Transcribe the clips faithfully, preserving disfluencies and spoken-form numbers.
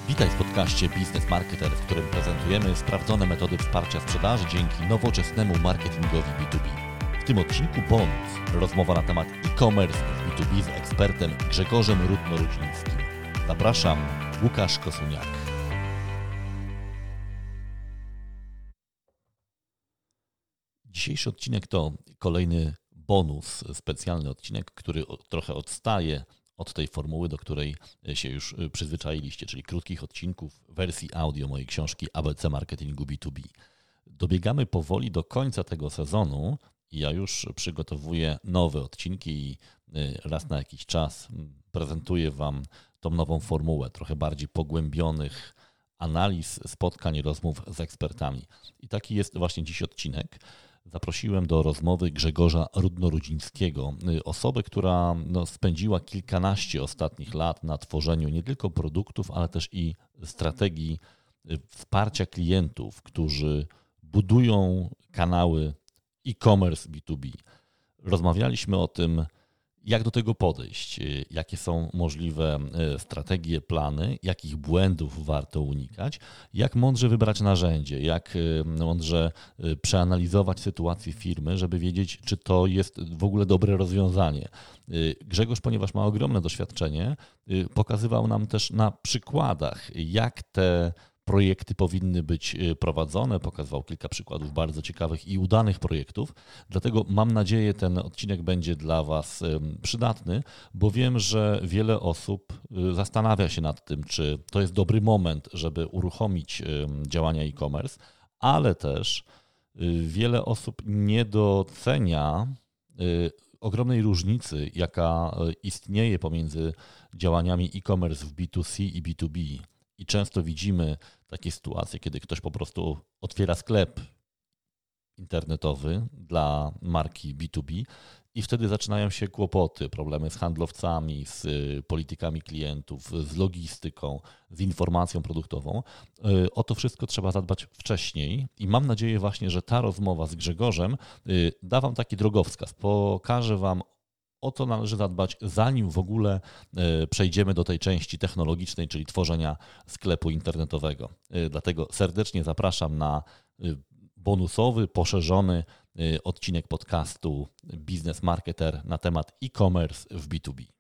Witaj w podcaście Biznes Marketer, w którym prezentujemy sprawdzone metody wsparcia sprzedaży dzięki nowoczesnemu marketingowi B dwa B. W tym odcinku bonus, rozmowa na temat e-commerce w B dwa B z ekspertem Grzegorzem Rudno-Rudzińskim. Zapraszam, Łukasz Kosuniak. Dzisiejszy odcinek to kolejny bonus, specjalny odcinek, który trochę odstaje od tej formuły, do której się już przyzwyczailiście, czyli krótkich odcinków wersji audio mojej książki A B C Marketingu B dwa B. Dobiegamy powoli do końca tego sezonu i ja już przygotowuję nowe odcinki i raz na jakiś czas prezentuję Wam tą nową formułę, trochę bardziej pogłębionych analiz, spotkań, rozmów z ekspertami. I taki jest właśnie dziś odcinek. Zaprosiłem do rozmowy Grzegorza Rudno-Rudzińskiego, osobę, która no, spędziła kilkanaście ostatnich lat na tworzeniu nie tylko produktów, ale też i strategii wsparcia klientów, którzy budują kanały e-commerce B dwa B. Rozmawialiśmy o tym, jak do tego podejść, jakie są możliwe strategie, plany, jakich błędów warto unikać, jak mądrze wybrać narzędzie, jak mądrze przeanalizować sytuację firmy, żeby wiedzieć, czy to jest w ogóle dobre rozwiązanie. Grzegorz, ponieważ ma ogromne doświadczenie, pokazywał nam też na przykładach, jak te projekty powinny być prowadzone, pokazywał kilka przykładów bardzo ciekawych i udanych projektów, dlatego mam nadzieję, ten odcinek będzie dla Was przydatny, bo wiem, że wiele osób zastanawia się nad tym, czy to jest dobry moment, żeby uruchomić działania e-commerce, ale też wiele osób nie docenia ogromnej różnicy, jaka istnieje pomiędzy działaniami e-commerce w B dwa C i B dwa B. I często widzimy takie sytuacje, kiedy ktoś po prostu otwiera sklep internetowy dla marki B dwa B i wtedy zaczynają się kłopoty, problemy z handlowcami, z politykami klientów, z logistyką, z informacją produktową. O to wszystko trzeba zadbać wcześniej i mam nadzieję właśnie, że ta rozmowa z Grzegorzem da Wam taki drogowskaz, pokaże Wam, o to należy zadbać, zanim w ogóle przejdziemy do tej części technologicznej, czyli tworzenia sklepu internetowego. Dlatego serdecznie zapraszam na bonusowy, poszerzony odcinek podcastu Biznes Marketer na temat e-commerce w B dwa B.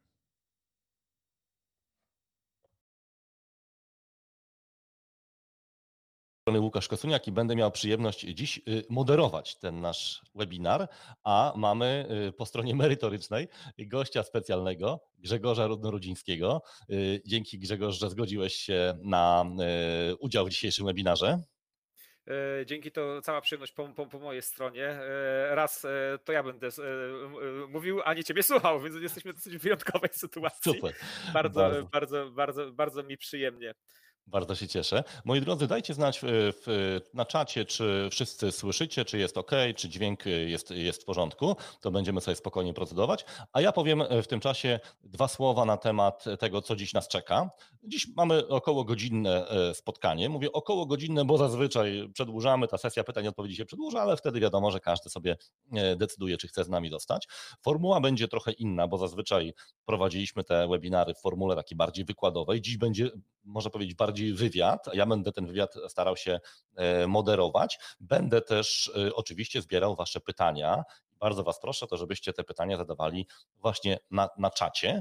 Łukasz Kosuniak i będę miał przyjemność dziś moderować ten nasz webinar, a mamy po stronie merytorycznej gościa specjalnego, Grzegorza Rudno-Rudzińskiego. Dzięki, Grzegorz, że zgodziłeś się na udział w dzisiejszym webinarze. Dzięki, to cała przyjemność po, po, po mojej stronie. Raz to ja będę mówił, a nie ciebie słuchał, więc jesteśmy w dosyć wyjątkowej sytuacji. Super. Bardzo, bardzo, bardzo, bardzo, bardzo mi przyjemnie. Bardzo się cieszę. Moi drodzy, dajcie znać w, w, na czacie, czy wszyscy słyszycie, czy jest ok, czy dźwięk jest, jest w porządku. To będziemy sobie spokojnie procedować. A ja powiem w tym czasie dwa słowa na temat tego, co dziś nas czeka. Dziś mamy około godzinne spotkanie. Mówię około godzinne, bo zazwyczaj przedłużamy, ta sesja pytań i odpowiedzi się przedłuża, ale wtedy wiadomo, że każdy sobie decyduje, czy chce z nami zostać. Formuła będzie trochę inna, bo zazwyczaj prowadziliśmy te webinary w formule takiej bardziej wykładowej. Dziś będzie, można powiedzieć, bardziej wywiad, a ja będę ten wywiad starał się moderować. Będę też oczywiście zbierał Wasze pytania. Bardzo Was proszę, to żebyście te pytania zadawali właśnie na, na czacie.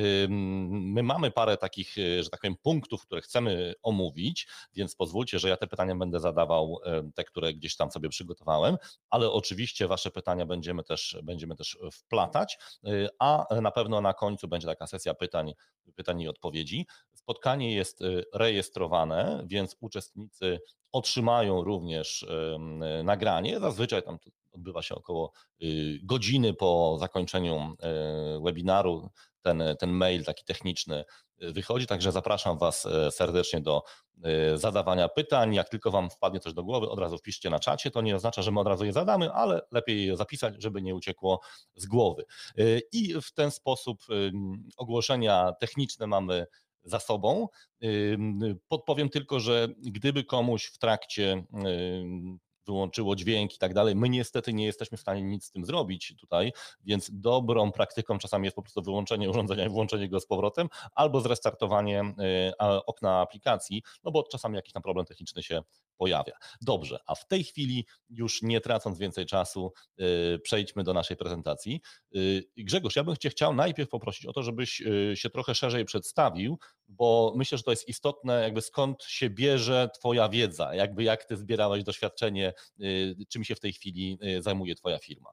My mamy parę takich, że tak powiem, punktów, które chcemy omówić, więc pozwólcie, że ja te pytania będę zadawał, te, które gdzieś tam sobie przygotowałem, ale oczywiście Wasze pytania będziemy też, będziemy też wplatać, a na pewno na końcu będzie taka sesja pytań, pytań i odpowiedzi. Spotkanie jest rejestrowane, więc uczestnicy otrzymają również nagranie. Zazwyczaj tam odbywa się około godziny po zakończeniu webinaru. Ten, ten mail taki techniczny wychodzi, także zapraszam Was serdecznie do zadawania pytań. Jak tylko Wam wpadnie coś do głowy, od razu wpiszcie na czacie. To nie oznacza, że my od razu je zadamy, ale lepiej je zapisać, żeby nie uciekło z głowy. I w ten sposób ogłoszenia techniczne mamy za sobą. Podpowiem tylko, że gdyby komuś w trakcie wyłączyło dźwięk i tak dalej. My niestety nie jesteśmy w stanie nic z tym zrobić tutaj, więc dobrą praktyką czasami jest po prostu wyłączenie urządzenia i włączenie go z powrotem, albo zrestartowanie okna aplikacji, no bo czasami jakiś tam problem techniczny się pojawia. Dobrze, a w tej chwili już nie tracąc więcej czasu, przejdźmy do naszej prezentacji. Grzegorz, ja bym Cię chciał najpierw poprosić o to, żebyś się trochę szerzej przedstawił, bo myślę, że to jest istotne, jakby skąd się bierze Twoja wiedza, jakby jak Ty zbierałeś doświadczenie, czym się w tej chwili zajmuje Twoja firma.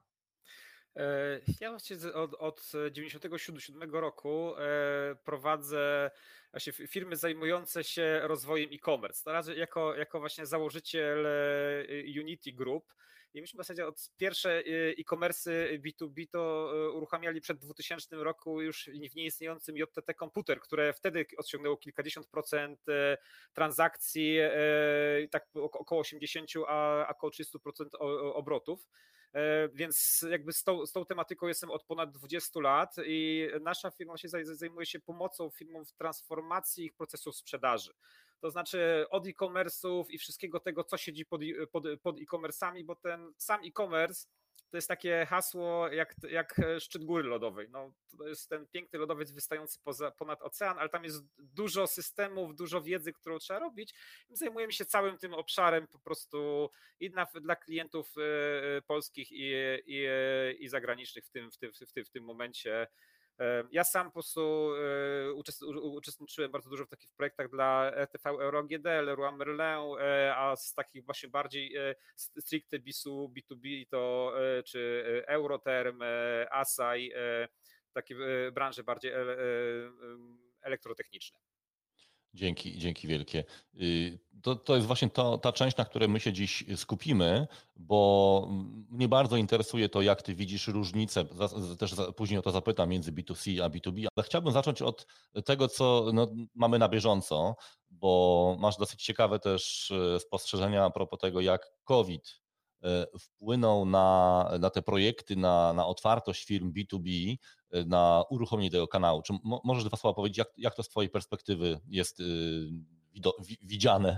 Ja właściwie od, od dziewięćdziesiątego siódmego roku prowadzę właśnie firmy zajmujące się rozwojem e-commerce. Na razie jako, jako właśnie założyciel Unity Group. I myśmy w zasadzie od pierwsze e-commerce B dwa B to uruchamiali przed dwutysięcznym roku już w nieistniejącym J T T Komputer, które wtedy osiągnęło kilkadziesiąt procent transakcji, tak około osiemdziesiąt, a około trzydzieści procent obrotów. Więc jakby z tą, z tą tematyką jestem od ponad dwudziestu lat i nasza firma się zajmuje się pomocą firmom w transformacji ich procesów sprzedaży. To znaczy od e-commerce'ów i wszystkiego tego, co siedzi pod, pod, pod e-commerce'ami, bo ten sam e-commerce to jest takie hasło jak, jak szczyt góry lodowej. No, to jest ten piękny lodowiec wystający poza, ponad ocean, ale tam jest dużo systemów, dużo wiedzy, którą trzeba robić. I zajmujemy się całym tym obszarem po prostu i dla, dla klientów polskich i, i, i zagranicznych w tym, w, tym, w, tym, w tym momencie. Ja sam po prostu uczestniczyłem bardzo dużo w takich projektach dla R T V Euro G D, Leroy Merlin, a z takich właśnie bardziej stricte B dwa B to czy Euroterm, Asai, takie branże bardziej elektrotechniczne. Dzięki, dzięki wielkie. To, to jest właśnie to, ta część, na której my się dziś skupimy, bo mnie bardzo interesuje to, jak ty widzisz różnicę, też później o to zapytam, między B dwa C a B dwa B, ale chciałbym zacząć od tego, co no, mamy na bieżąco, bo masz dosyć ciekawe też spostrzeżenia a propos tego, jak COVID wpłynął na, na te projekty, na, na otwartość firm B dwa B, na uruchomienie tego kanału. Czy mo, możesz dwa słowa powiedzieć, jak, jak to z twojej perspektywy jest y, wido, wi, widziane?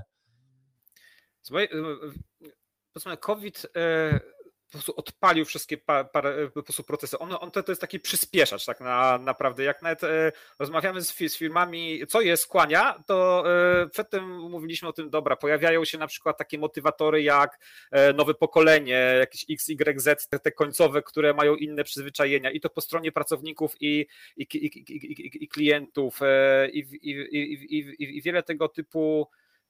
Z mojej, powiedzmy, COVID y po prostu odpalił wszystkie par, par, po prostu procesy. On, on to, to jest taki przyspieszacz tak na, naprawdę. Jak nawet e, rozmawiamy z, z firmami, co je skłania, to e, przedtem mówiliśmy o tym, dobra, pojawiają się na przykład takie motywatory jak e, nowe pokolenie, jakieś X, Y, Z, te, te końcowe, które mają inne przyzwyczajenia i to po stronie pracowników i, i, i, i, i, i klientów e, i, i, i, i, i wiele tego typu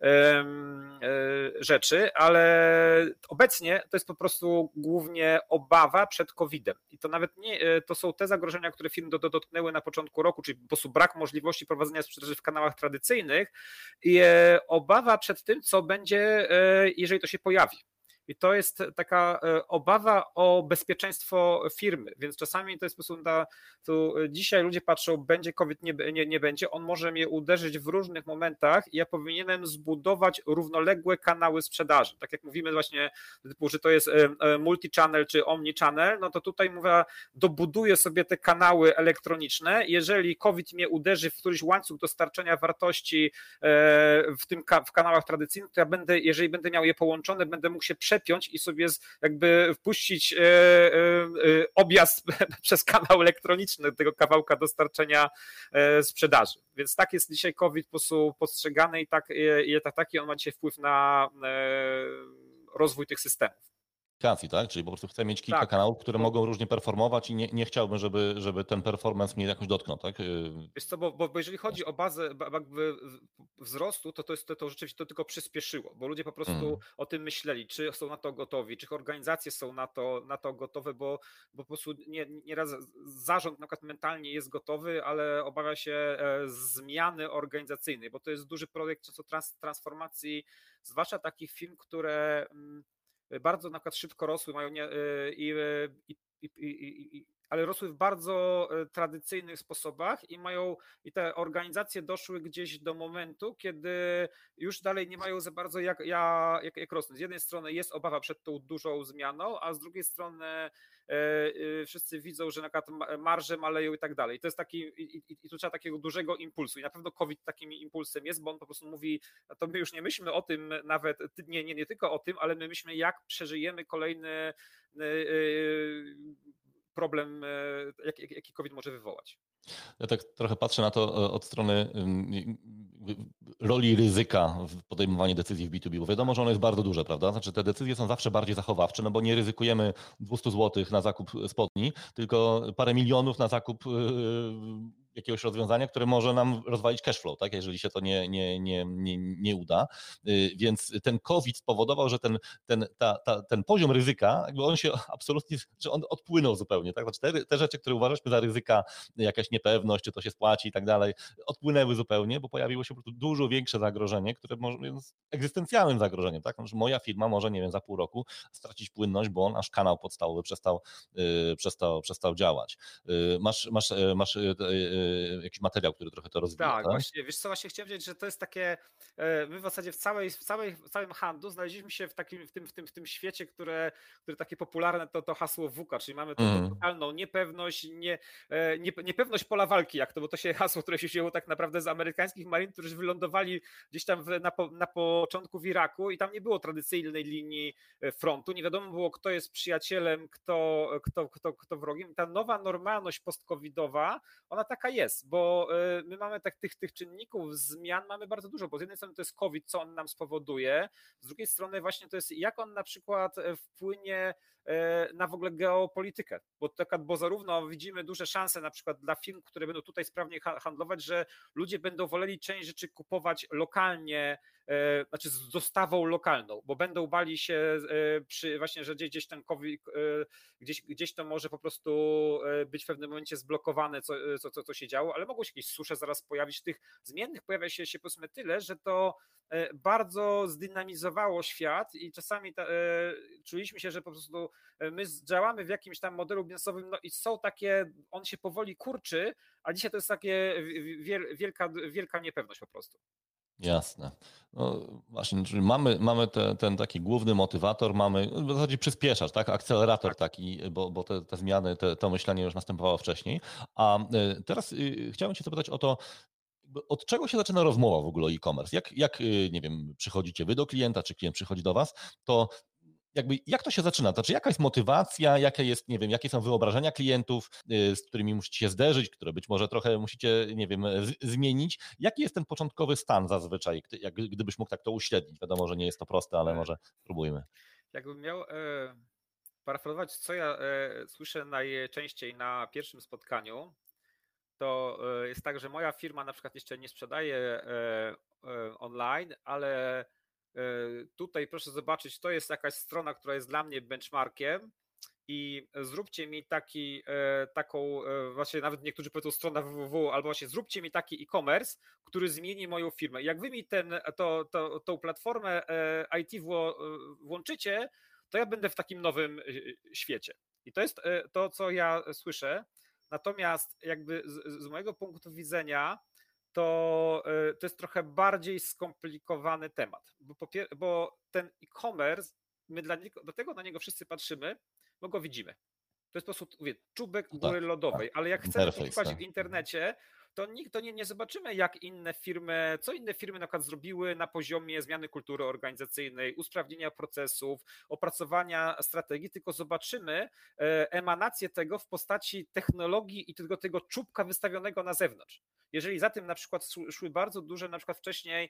rzeczy, ale obecnie to jest po prostu głównie obawa przed kowidem i to nawet nie, to są te zagrożenia, które firmy dotknęły na początku roku, czyli po prostu brak możliwości prowadzenia sprzedaży w kanałach tradycyjnych i obawa przed tym, co będzie, jeżeli to się pojawi. I to jest taka obawa o bezpieczeństwo firmy, więc czasami to jest po prostu, na, to dzisiaj ludzie patrzą, będzie COVID, nie, nie, nie będzie, on może mnie uderzyć w różnych momentach i ja powinienem zbudować równoległe kanały sprzedaży. Tak jak mówimy właśnie, typu, że to jest multi-channel czy omni-channel, no to tutaj mówię, dobuduję sobie te kanały elektroniczne, jeżeli COVID mnie uderzy w któryś łańcuch dostarczenia wartości w tym w kanałach tradycyjnych, to ja będę, jeżeli będę miał je połączone, będę mógł się przepiąć i sobie jakby wpuścić e, e, objazd przez kanał elektroniczny tego kawałka dostarczenia e, sprzedaży. Więc tak jest dzisiaj COVID po prostu postrzegany i tak, i tak taki on ma dzisiaj wpływ na e, rozwój tych systemów. Tak? Czyli po prostu chcę mieć kilka tak, kanałów, które bo... mogą różnie performować i nie, nie chciałbym, żeby, żeby ten performance mnie jakoś dotknął, tak? Wiesz co, bo, bo jeżeli chodzi o bazę jakby wzrostu, to to, jest, to, to rzeczywiście to tylko przyspieszyło, bo ludzie po prostu mm. o tym myśleli, czy są na to gotowi, czy organizacje są na to, na to gotowe, bo, bo po prostu nie, nieraz zarząd na przykład mentalnie jest gotowy, ale obawia się zmiany organizacyjnej, bo to jest duży projekt trans, transformacji, zwłaszcza takich firm, które bardzo na przykład szybko rosły, mają nie, i, i, i, i, i, ale rosły w bardzo tradycyjnych sposobach i mają i te organizacje doszły gdzieś do momentu, kiedy już dalej nie mają za bardzo jak, jak, jak rosnąć. Z jednej strony jest obawa przed tą dużą zmianą, a z drugiej strony wszyscy widzą, że na przykład marże maleją i tak dalej. To jest taki, i, i, i tu trzeba takiego dużego impulsu i na pewno COVID takim impulsem jest, bo on po prostu mówi, no to my już nie myślmy o tym nawet, nie, nie, nie tylko o tym, ale my myślimy, jak przeżyjemy kolejny problem, jaki, jaki COVID może wywołać. Ja tak trochę patrzę na to od strony roli ryzyka w podejmowaniu decyzji w B dwa B, bo wiadomo, że ono jest bardzo duże, prawda? Znaczy te decyzje są zawsze bardziej zachowawcze, no bo nie ryzykujemy dwieście złotych na zakup spodni, tylko parę milionów na zakup jakiegoś rozwiązania, które może nam rozwalić cash flow, tak? Jeżeli się to nie, nie, nie, nie, nie uda. Więc ten COVID spowodował, że ten, ten, ta, ta, ten poziom ryzyka, jakby on się absolutnie, że on odpłynął zupełnie, tak? Znaczy te, te rzeczy, które uważaliśmy za ryzyka, jakaś niepewność, czy to się spłaci i tak dalej, odpłynęły zupełnie, bo pojawiło się po prostu dużo większe zagrożenie, które może jest egzystencjalnym zagrożeniem, tak? Znaczy moja firma może, nie wiem, za pół roku stracić płynność, bo nasz kanał podstawowy przestał, yy, przestał, przestał działać. Yy, masz, masz, masz yy, jakiś materiał, który trochę to rozwija. Tak, tak, właśnie, wiesz co, właśnie chciałem powiedzieć, że to jest takie, my w zasadzie w, całej, w, całej, w całym handlu znaleźliśmy się w, takim, w, tym, w, tym, w, tym, w świecie, które, które takie popularne to, to hasło wuka, czyli mamy tą mm. totalną niepewność, nie, nie, niepewność pola walki, jak to, bo to się hasło, które się wzięło tak naprawdę z amerykańskich marin, którzy wylądowali gdzieś tam w, na, na początku w Iraku i tam nie było tradycyjnej linii frontu, nie wiadomo było, kto jest przyjacielem, kto, kto, kto, kto wrogiem. I ta nowa normalność post-covidowa, ona taka jest, bo my mamy tak tych, tych czynników zmian mamy bardzo dużo, bo z jednej strony to jest COVID, co on nam spowoduje, z drugiej strony właśnie to jest jak on na przykład wpłynie na w ogóle geopolitykę, bo, taka, bo zarówno widzimy duże szanse na przykład dla firm, które będą tutaj sprawnie handlować, że ludzie będą woleli część rzeczy kupować lokalnie, znaczy z dostawą lokalną, bo będą bali się przy właśnie, że gdzieś, gdzieś ten COVID, gdzieś, gdzieś to może po prostu być w pewnym momencie zblokowane, co, co, co się działo, ale mogą się jakieś susze zaraz pojawić. Tych zmiennych pojawia się, się powiedzmy tyle, że to bardzo zdynamizowało świat i czasami ta, czuliśmy się, że po prostu my działamy w jakimś tam modelu biznesowym, no i są takie, on się powoli kurczy, a dzisiaj to jest takie wielka, wielka niepewność po prostu. Jasne. No właśnie, czyli mamy, mamy te, ten taki główny motywator, mamy w zasadzie przyspieszacz, tak? Akcelerator tak. taki, bo, bo te, te zmiany, te, to myślenie już następowało wcześniej. A teraz chciałem Cię zapytać o to, od czego się zaczyna rozmowa w ogóle o e-commerce? Jak, jak, nie wiem, przychodzicie Wy do klienta, czy klient przychodzi do Was, to jakby jak to się zaczyna? To znaczy jaka jest motywacja, jakie jest, nie wiem, jakie są wyobrażenia klientów, z którymi musicie się zderzyć, które być może trochę musicie, nie wiem, z- zmienić. Jaki jest ten początkowy stan zazwyczaj, jak, gdybyś mógł tak to uśrednić? Wiadomo, że nie jest to proste, ale może spróbujmy. Jakbym miał e, parafrazować, co ja e, słyszę najczęściej na pierwszym spotkaniu, to jest tak, że moja firma na przykład jeszcze nie sprzedaje online, ale tutaj proszę zobaczyć, to jest jakaś strona, która jest dla mnie benchmarkiem i zróbcie mi taki, taką, właśnie nawet niektórzy powiedzą strona www, albo właśnie zróbcie mi taki e-commerce, który zmieni moją firmę. Jak wy mi ten, to, to, tą platformę I T włączycie, to ja będę w takim nowym świecie. I to jest to, co ja słyszę. Natomiast jakby z, z mojego punktu widzenia to, to jest trochę bardziej skomplikowany temat, bo, popier- bo ten e-commerce, my dla niego, dlatego na niego wszyscy patrzymy, bo go widzimy. To jest po prostu, mówię, czubek No góry tak, lodowej, tak. ale jak chcemy Interfejs, poszukiwać tak. w internecie, to, nikt, to nie, nie zobaczymy, jak inne firmy, co inne firmy na przykład zrobiły na poziomie zmiany kultury organizacyjnej, usprawnienia procesów, opracowania strategii, tylko zobaczymy emanację tego w postaci technologii i tego, tego czubka wystawionego na zewnątrz. Jeżeli za tym na przykład szły bardzo duże, na przykład wcześniej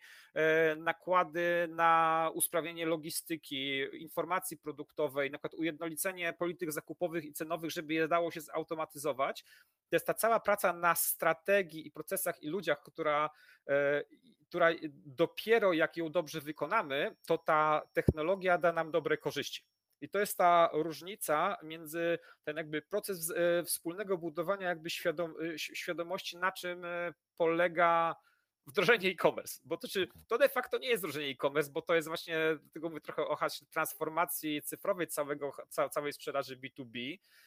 nakłady na usprawnienie logistyki, informacji produktowej, na przykład ujednolicenie polityk zakupowych i cenowych, żeby je dało się zautomatyzować, to jest ta cała praca na strategii i procesach i ludziach, która, która dopiero jak ją dobrze wykonamy, to ta technologia da nam dobre korzyści. I to jest ta różnica między ten jakby proces wspólnego budowania jakby świadom, świadomości, na czym polega wdrożenie e-commerce, bo to, czy, to de facto nie jest wdrożenie e-commerce, bo to jest właśnie, dlatego mówię trochę o transformacji cyfrowej całego, całej sprzedaży B dwa B,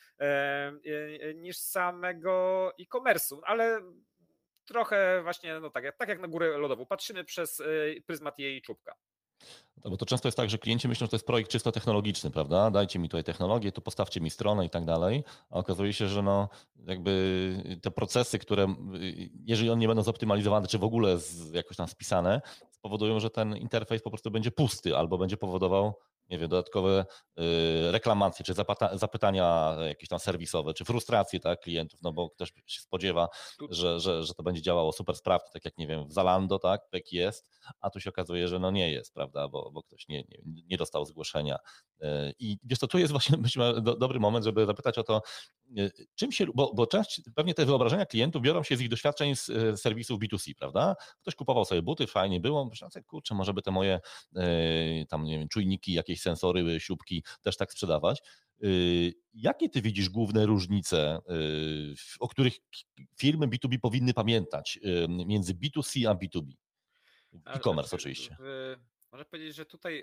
niż samego e-commerce'u, ale trochę właśnie, no tak, tak jak na górę lodową, patrzymy przez pryzmat jej czubka. No bo to często jest tak, że klienci myślą, że to jest projekt czysto technologiczny, prawda? Dajcie mi tutaj technologię, tu postawcie mi stronę i tak dalej, a okazuje się, że no jakby te procesy, które jeżeli one nie będą zoptymalizowane, czy w ogóle z, jakoś tam spisane, spowodują, że ten interfejs po prostu będzie pusty albo będzie powodował, nie wiem, dodatkowe y, reklamacje, czy zapata, zapytania jakieś tam serwisowe, czy frustracje, tak, klientów, no bo ktoś się spodziewa, Tu, że, że, że to będzie działało super sprawnie, tak jak, nie wiem, w Zalando, tak, tak jest, a tu się okazuje, że no nie jest, prawda, bo, bo ktoś nie, nie, nie dostał zgłoszenia. I wiesz co, tu jest właśnie myślę, do, dobry moment, żeby zapytać o to, czym się, bo, bo część, pewnie te wyobrażenia klientów biorą się z ich doświadczeń z serwisów B dwa C, prawda? Ktoś kupował sobie buty, fajnie było, myślałem sobie, kurczę, może by te moje tam, nie wiem, czujniki, jakieś sensory, śrubki też tak sprzedawać. Jakie ty widzisz główne różnice, o których firmy B dwa B powinny pamiętać między B dwa C a B dwa B? E-commerce oczywiście. W, można powiedzieć, że tutaj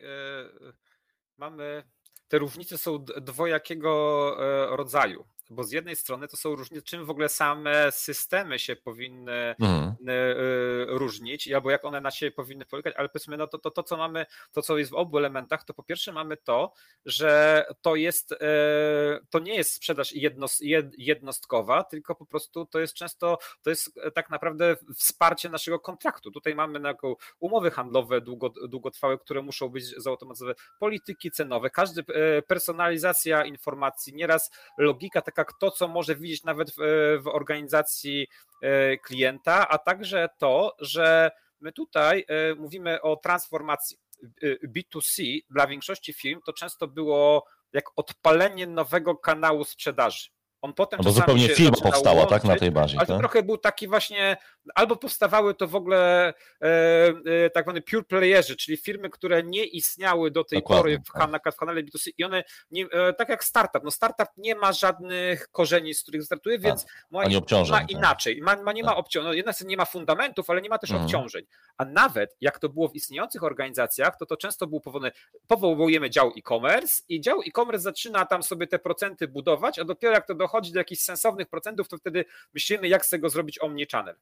mamy, te różnice są dwojakiego rodzaju, bo z jednej strony to są różnice, czym w ogóle same systemy się powinny mhm. różnić, albo jak one na siebie powinny polegać, ale powiedzmy, no to, to, to, co mamy, to co jest w obu elementach, to po pierwsze mamy to, że to jest, to nie jest sprzedaż jednostkowa, tylko po prostu to jest często, to jest tak naprawdę wsparcie naszego kontraktu. Tutaj mamy taką umowy handlowe długo, długotrwałe, które muszą być zautomatyzowane, polityki cenowe, każdy personalizacja informacji, nieraz logika taka, to, co może widzieć nawet w, w organizacji klienta, a także to, że my tutaj mówimy o transformacji. B dwa C dla większości firm to często było jak odpalenie nowego kanału sprzedaży. On potem no bo zupełnie firma powstała, łączyć, tak, na tej bazie. Ale to tak? trochę był taki właśnie, albo powstawały to w ogóle e, e, tak zwane pure playerzy, czyli firmy, które nie istniały do tej Dokładnie, pory w, tak. w kanale B dwa C i one, nie, e, tak jak startup, no startup nie ma żadnych korzeni, z których startuje, więc ma, ma inaczej, ma, ma, nie ma obciążeń, no jednak nie ma fundamentów, ale nie ma też mhm. obciążeń, a nawet jak to było w istniejących organizacjach, to to często było powołane, powołujemy dział e-commerce i dział e-commerce zaczyna tam sobie te procenty budować, a dopiero jak to dochodzi do jakichś sensownych procentów, to wtedy myślimy, jak z tego zrobić omnichannel.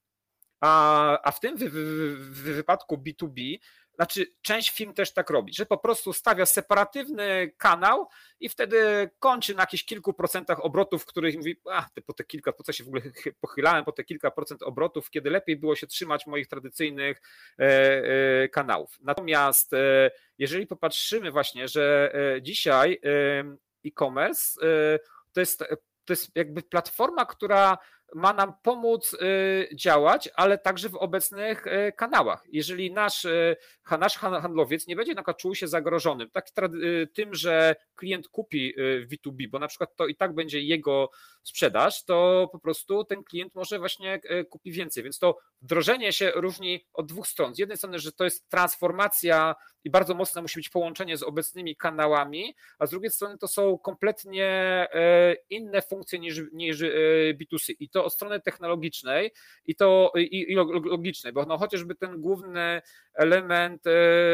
A, a w tym wy, wy, w wypadku B dwa B, znaczy część firm też tak robi, że po prostu stawia separatywny kanał i wtedy kończy na jakichś kilku procentach obrotów, w których mówi, a po te kilka, po co się w ogóle pochylałem, po te kilka procent obrotów, kiedy lepiej było się trzymać moich tradycyjnych e, e, kanałów. Natomiast e, jeżeli popatrzymy właśnie, że e, dzisiaj e-commerce e, to jest To jest jakby platforma, która ma nam pomóc działać, ale także w obecnych kanałach. Jeżeli nasz, nasz handlowiec nie będzie na przykład czuł się zagrożonym tak, tym, że klient kupi w B dwa B, bo na przykład to i tak będzie jego sprzedaż, to po prostu ten klient może właśnie kupi więcej. Więc to wdrożenie się różni od dwóch stron. Z jednej strony, że to jest transformacja i bardzo mocne musi być połączenie z obecnymi kanałami, a z drugiej strony to są kompletnie inne funkcje niż, niż B dwa C. I to od strony technologicznej i to i, i logicznej, bo no chociażby ten główny element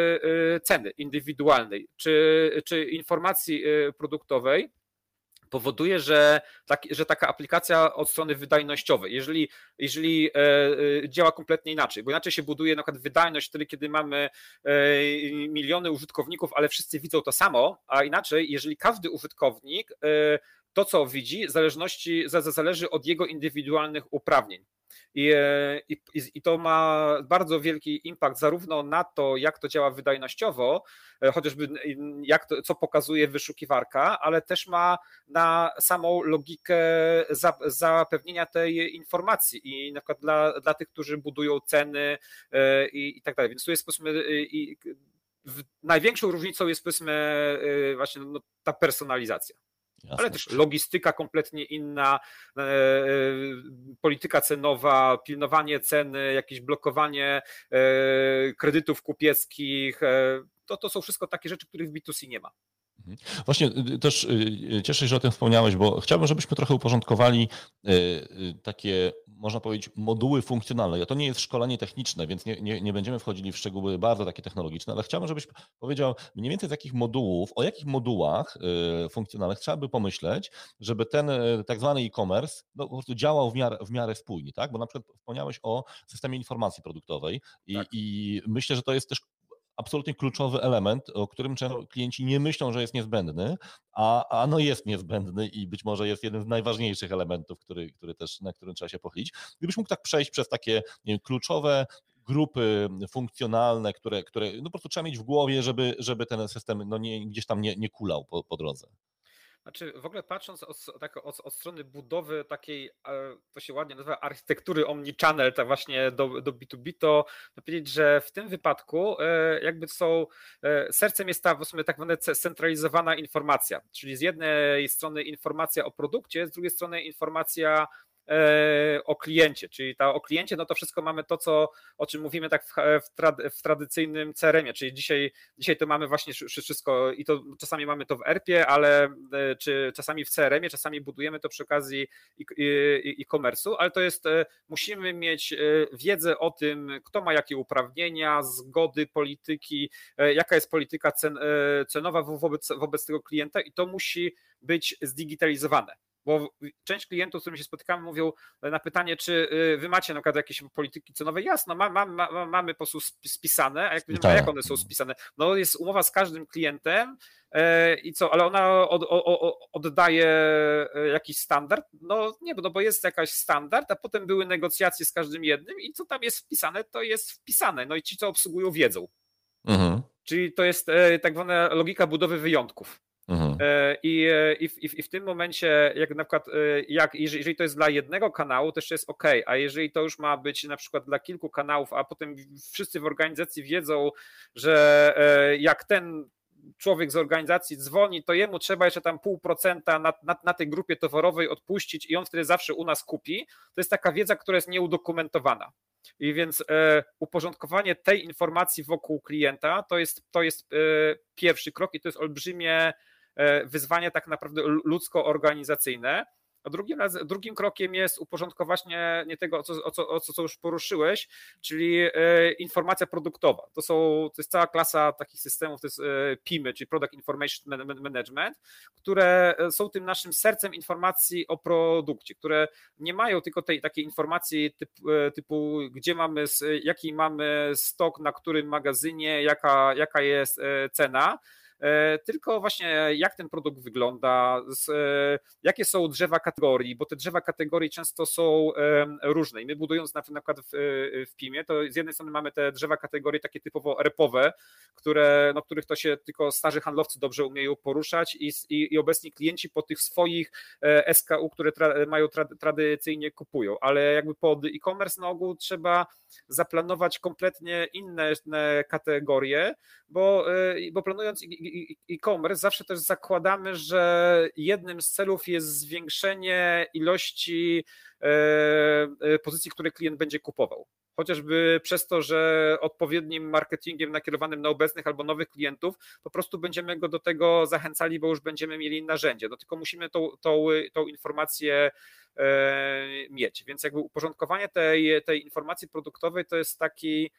ceny indywidualnej czy, czy informacji produktowej powoduje, że, tak, że taka aplikacja od strony wydajnościowej, jeżeli, jeżeli e, działa kompletnie inaczej, bo inaczej się buduje na przykład wydajność wtedy, kiedy mamy e, miliony użytkowników, ale wszyscy widzą to samo, a inaczej, jeżeli każdy użytkownik e, to, co widzi, w zależności, zależy od jego indywidualnych uprawnień. I, i, I to ma bardzo wielki impact zarówno na to, jak to działa wydajnościowo, chociażby jak to, co pokazuje wyszukiwarka, ale też ma na samą logikę zapewnienia tej informacji i na przykład dla, dla tych, którzy budują ceny i, i tak dalej. Więc tu jest powiedzmy i, największą różnicą jest powiedzmy właśnie no, ta personalizacja. Jasne. Ale też logistyka kompletnie inna, e, polityka cenowa, pilnowanie ceny, jakieś blokowanie e, kredytów kupieckich, e, to, to są wszystko takie rzeczy, których w B dwa C nie ma. Właśnie też cieszę się, że o tym wspomniałeś, bo chciałbym, żebyśmy trochę uporządkowali takie, można powiedzieć, moduły funkcjonalne. To nie jest szkolenie techniczne, więc nie, nie, nie będziemy wchodzili w szczegóły bardzo takie technologiczne, ale chciałbym, żebyś powiedział mniej więcej z jakich modułów, o jakich modułach funkcjonalnych trzeba by pomyśleć, żeby ten tak zwany e-commerce no, po prostu działał w miarę, w miarę spójnie, tak? Bo na przykład wspomniałeś o systemie informacji produktowej i, tak. i myślę, że to jest też absolutnie kluczowy element, o którym często klienci nie myślą, że jest niezbędny, a, a no jest niezbędny i być może jest jeden z najważniejszych elementów, który, który też, na którym trzeba się pochylić. Gdybyś mógł tak przejść przez takie, nie wiem, kluczowe grupy funkcjonalne, które, które no po prostu trzeba mieć w głowie, żeby, żeby ten system no nie, gdzieś tam nie, nie kulał po, po drodze. Znaczy w ogóle patrząc od, tak, od, od strony budowy takiej, to się ładnie nazywa architektury omnichannel, tak właśnie do, do B dwa B, to powiedzieć, że w tym wypadku jakby są, sercem jest ta w sumie tak zwana centralizowana informacja, czyli z jednej strony informacja o produkcie, z drugiej strony informacja o kliencie, czyli ta o kliencie, no to wszystko mamy to, co, o czym mówimy tak w, w, trad, w tradycyjnym C R M ie, czyli dzisiaj, dzisiaj to mamy właśnie wszystko i to czasami mamy to w E R P ie, ale czy czasami w C R M ie, czasami budujemy to przy okazji e-commerce'u, ale to jest, musimy mieć wiedzę o tym, kto ma jakie uprawnienia, zgody, polityki, jaka jest polityka cen, cenowa wobec, wobec tego klienta i to musi być zdigitalizowane. Bo część klientów, z którymi się spotykamy, mówią na pytanie, czy wy macie na przykład jakieś polityki cenowe. Jasno, ma, ma, ma, mamy po prostu spisane, a jak, a jak one są spisane? No jest umowa z każdym klientem i co, ale ona od, od, oddaje jakiś standard? No nie, no bo jest jakaś standard, a potem były negocjacje z każdym jednym i co tam jest wpisane, to jest wpisane. No i ci, co obsługują, wiedzą. Mhm. Czyli to jest tak zwana logika budowy wyjątków. Mhm. I, i, w, I w tym momencie, jak na przykład, jak, jeżeli to jest dla jednego kanału, to jeszcze jest OK, a jeżeli to już ma być na przykład dla kilku kanałów, a potem wszyscy w organizacji wiedzą, że jak ten człowiek z organizacji dzwoni, to jemu trzeba jeszcze tam pół procenta na, na, na tej grupie towarowej odpuścić i on wtedy zawsze u nas kupi, to jest taka wiedza, która jest nieudokumentowana. I więc e, uporządkowanie tej informacji wokół klienta to jest, to jest e, pierwszy krok i to jest olbrzymie e, wyzwanie tak naprawdę ludzko-organizacyjne. A drugim, raz, drugim krokiem jest uporządkowanie nie tego, o co, o co, o co już poruszyłeś, czyli e, informacja produktowa. To, są, to jest cała klasa takich systemów, to jest e, P I M y, czyli Product Information Management, które są tym naszym sercem informacji o produkcie, które nie mają tylko tej takiej informacji typu, typu gdzie mamy, jaki mamy stok, na którym magazynie, jaka, jaka jest cena, tylko właśnie jak ten produkt wygląda, jakie są drzewa kategorii, bo te drzewa kategorii często są różne i my budując na przykład w, w P I M ie, to z jednej strony mamy te drzewa kategorii takie typowo R P owe, które, no, których to się tylko starzy handlowcy dobrze umieją poruszać i, i, i obecni klienci po tych swoich S K U, które tra, mają tra, tradycyjnie kupują, ale jakby pod e-commerce na ogół trzeba zaplanować kompletnie inne kategorie, bo, bo planując e-commerce zawsze też zakładamy, że jednym z celów jest zwiększenie ilości pozycji, które klient będzie kupował. Chociażby przez to, że odpowiednim marketingiem nakierowanym na obecnych albo nowych klientów po prostu będziemy go do tego zachęcali, bo już będziemy mieli narzędzie. No tylko musimy tą, tą, tą informację mieć. Więc jakby uporządkowanie tej, tej informacji produktowej to jest taki,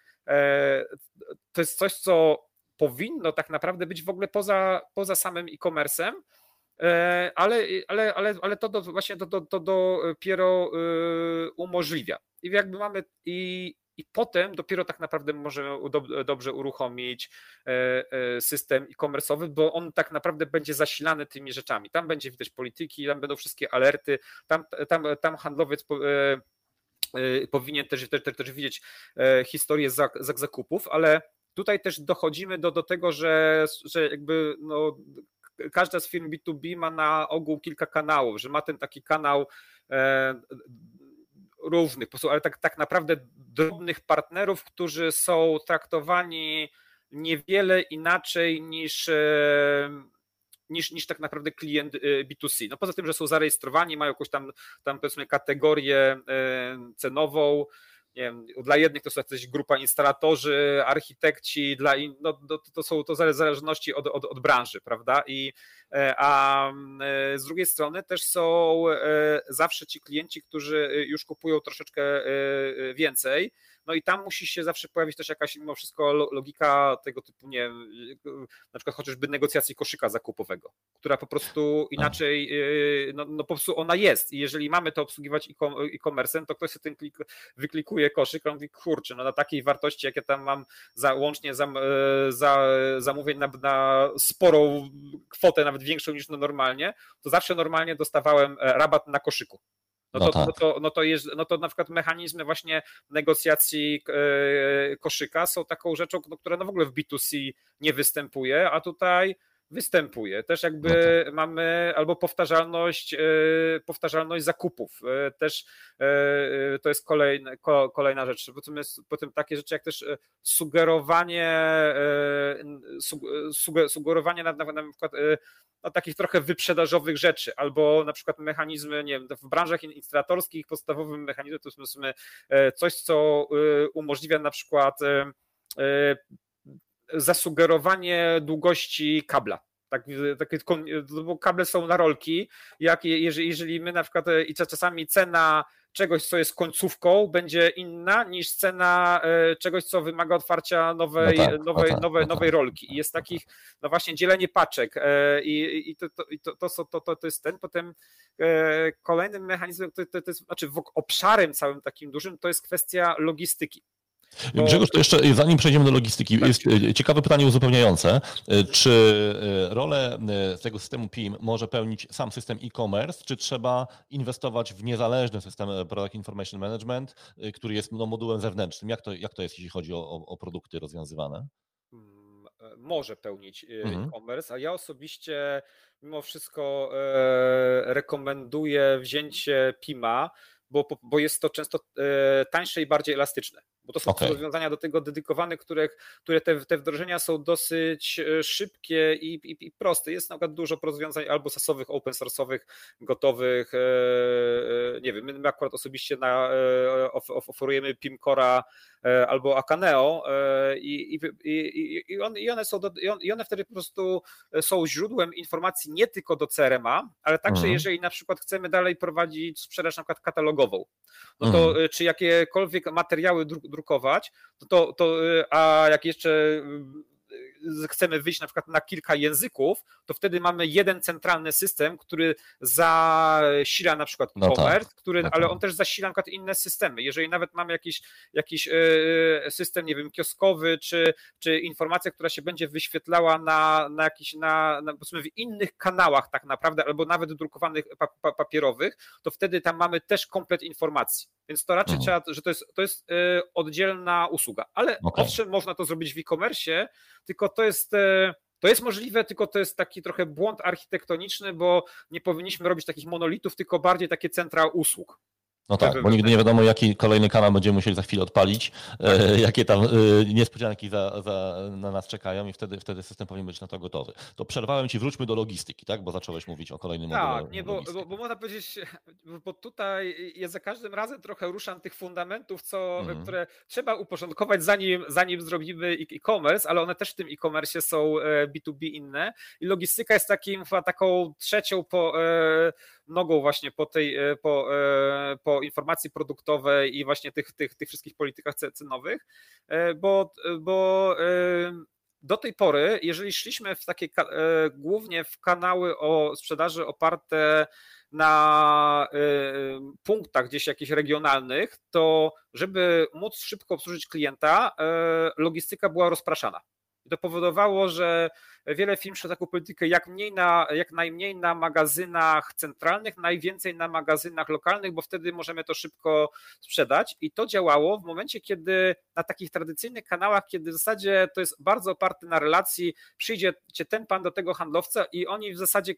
to jest coś, co powinno tak naprawdę być w ogóle poza, poza samym e-commerce'em, ale, ale, ale, ale to do, właśnie to, to, to dopiero umożliwia. I jakby mamy i, i potem dopiero tak naprawdę możemy do, dobrze uruchomić system e-commerce'owy, bo on tak naprawdę będzie zasilany tymi rzeczami. Tam będzie widać polityki, tam będą wszystkie alerty, tam, tam, tam handlowiec po, powinien też, też, też widzieć historię zakupów, ale tutaj też dochodzimy do, do tego, że, że jakby no, każda z firm B dwa B ma na ogół kilka kanałów, że ma ten taki kanał e, równych, ale tak, tak naprawdę drobnych partnerów, którzy są traktowani niewiele inaczej niż, e, niż, niż tak naprawdę klient B dwa C. No poza tym, że są zarejestrowani, mają jakąś tam, tam powiedzmy kategorię e, cenową. Nie wiem, dla jednych to są jakaś grupa instalatorzy, architekci, dla in, no, to, to są to zależności od, od, od branży, prawda? I, a z drugiej strony też są zawsze ci klienci, którzy już kupują troszeczkę więcej, no i tam musi się zawsze pojawić też jakaś mimo wszystko logika tego typu, nie wiem, na przykład chociażby negocjacji koszyka zakupowego, która po prostu inaczej, no, no po prostu ona jest i jeżeli mamy to obsługiwać e-commerce'em, to ktoś sobie ten klik, wyklikuje koszyk, a on mówi, kurczę, no na takiej wartości, jak ja tam mam za, łącznie za, za zamówień na, na sporą kwotę, nawet większą niż no normalnie, to zawsze normalnie dostawałem rabat na koszyku. No to, no, tak. no, to, no, to jest, no to na przykład mechanizmy właśnie negocjacji koszyka są taką rzeczą, no, która no w ogóle w B dwa C nie występuje, a tutaj występuje. Też jakby no tak. mamy albo powtarzalność, powtarzalność zakupów. Też to jest kolejna, kolejna rzecz. Potem, jest, potem takie rzeczy jak też sugerowanie, sugerowanie na, na, na przykład no, takich trochę wyprzedażowych rzeczy, albo na przykład mechanizmy, nie wiem, w branżach instalatorskich podstawowym mechanizmem to jest coś, co umożliwia na przykład zasugerowanie długości kabla. Tak, takie, bo kable są na rolki, jak jeżeli, jeżeli my na przykład i czasami cena czegoś, co jest końcówką, będzie inna niż cena czegoś, co wymaga otwarcia nowej, no tak, nowej, no tak, nowej, no nowej tak. rolki. I jest takich, no właśnie dzielenie paczek i, i, to, to, to, to, to, to jest ten. Potem kolejnym mechanizmem, to, to, to jest, znaczy obszarem całym takim dużym, to jest kwestia logistyki. Bo... Grzegorz, to jeszcze zanim przejdziemy do logistyki, tak. jest ciekawe pytanie uzupełniające. Czy rolę tego systemu P I M może pełnić sam system e-commerce, czy trzeba inwestować w niezależny system Product Information Management, który jest no, modułem zewnętrznym? Jak to, jak to jest, jeśli chodzi o, o produkty rozwiązywane? Może pełnić mhm. e-commerce, a ja osobiście mimo wszystko rekomenduję wzięcie P I M a, bo, bo jest to często tańsze i bardziej elastyczne. Bo to są okay. rozwiązania do tego dedykowane, które, które te, te wdrożenia są dosyć szybkie i, i, i proste. Jest na przykład dużo rozwiązań albo sasowych, open source'owych, gotowych. Nie wiem, my akurat osobiście na, oferujemy P I M Cora albo Akaneo i, i, i, i, on, i, one są do, i one wtedy po prostu są źródłem informacji nie tylko do C R M a, ale także mhm. jeżeli na przykład chcemy dalej prowadzić sprzedaż na przykład katalogową, no to mhm. czy jakiekolwiek materiały drukować, no to, to, a jak jeszcze chcemy wyjść na przykład na kilka języków, to wtedy mamy jeden centralny system, który zasila na przykład e-commerce, no tak, który, no tak. ale on też zasila na przykład inne systemy. Jeżeli nawet mamy jakiś, jakiś system, nie wiem, kioskowy, czy, czy informacja, która się będzie wyświetlała na, na jakiś, na, na powiedzmy w innych kanałach tak naprawdę, albo nawet drukowanych papierowych, to wtedy tam mamy też komplet informacji. Więc to raczej mhm. trzeba, że to jest, to jest oddzielna usługa. Ale okay. owszem, można to zrobić w e-commerce, tylko to jest, to jest możliwe, tylko to jest taki trochę błąd architektoniczny, bo nie powinniśmy robić takich monolitów, tylko bardziej takie centra usług. No tak, bo nigdy nie wiadomo, jaki kolejny kanał będziemy musieli za chwilę odpalić, tak. jakie tam niespodzianki za, za, na nas czekają i wtedy, wtedy system powinien być na to gotowy. To przerwałem ci, wróćmy do logistyki, tak? Bo zacząłeś mówić o kolejnym tak, module. Tak, nie, bo, bo, bo można powiedzieć, bo tutaj ja za każdym razem trochę ruszam tych fundamentów, co, mhm. które trzeba uporządkować, zanim, zanim zrobimy e-commerce, ale one też w tym e-commerce są B dwa B inne i logistyka jest takim, taką trzecią po nogą właśnie po tej, po, po informacji produktowej i właśnie tych, tych, tych wszystkich politykach cenowych, bo, bo do tej pory, jeżeli szliśmy w takie głównie w kanały o sprzedaży oparte na punktach gdzieś jakichś regionalnych, to żeby móc szybko obsłużyć klienta, logistyka była rozpraszana. To powodowało, że wiele firm szło taką politykę jak, mniej na, jak najmniej na magazynach centralnych, najwięcej na magazynach lokalnych, bo wtedy możemy to szybko sprzedać. I to działało w momencie, kiedy na takich tradycyjnych kanałach, kiedy w zasadzie to jest bardzo oparte na relacji, przyjdzie ten pan do tego handlowca i oni w zasadzie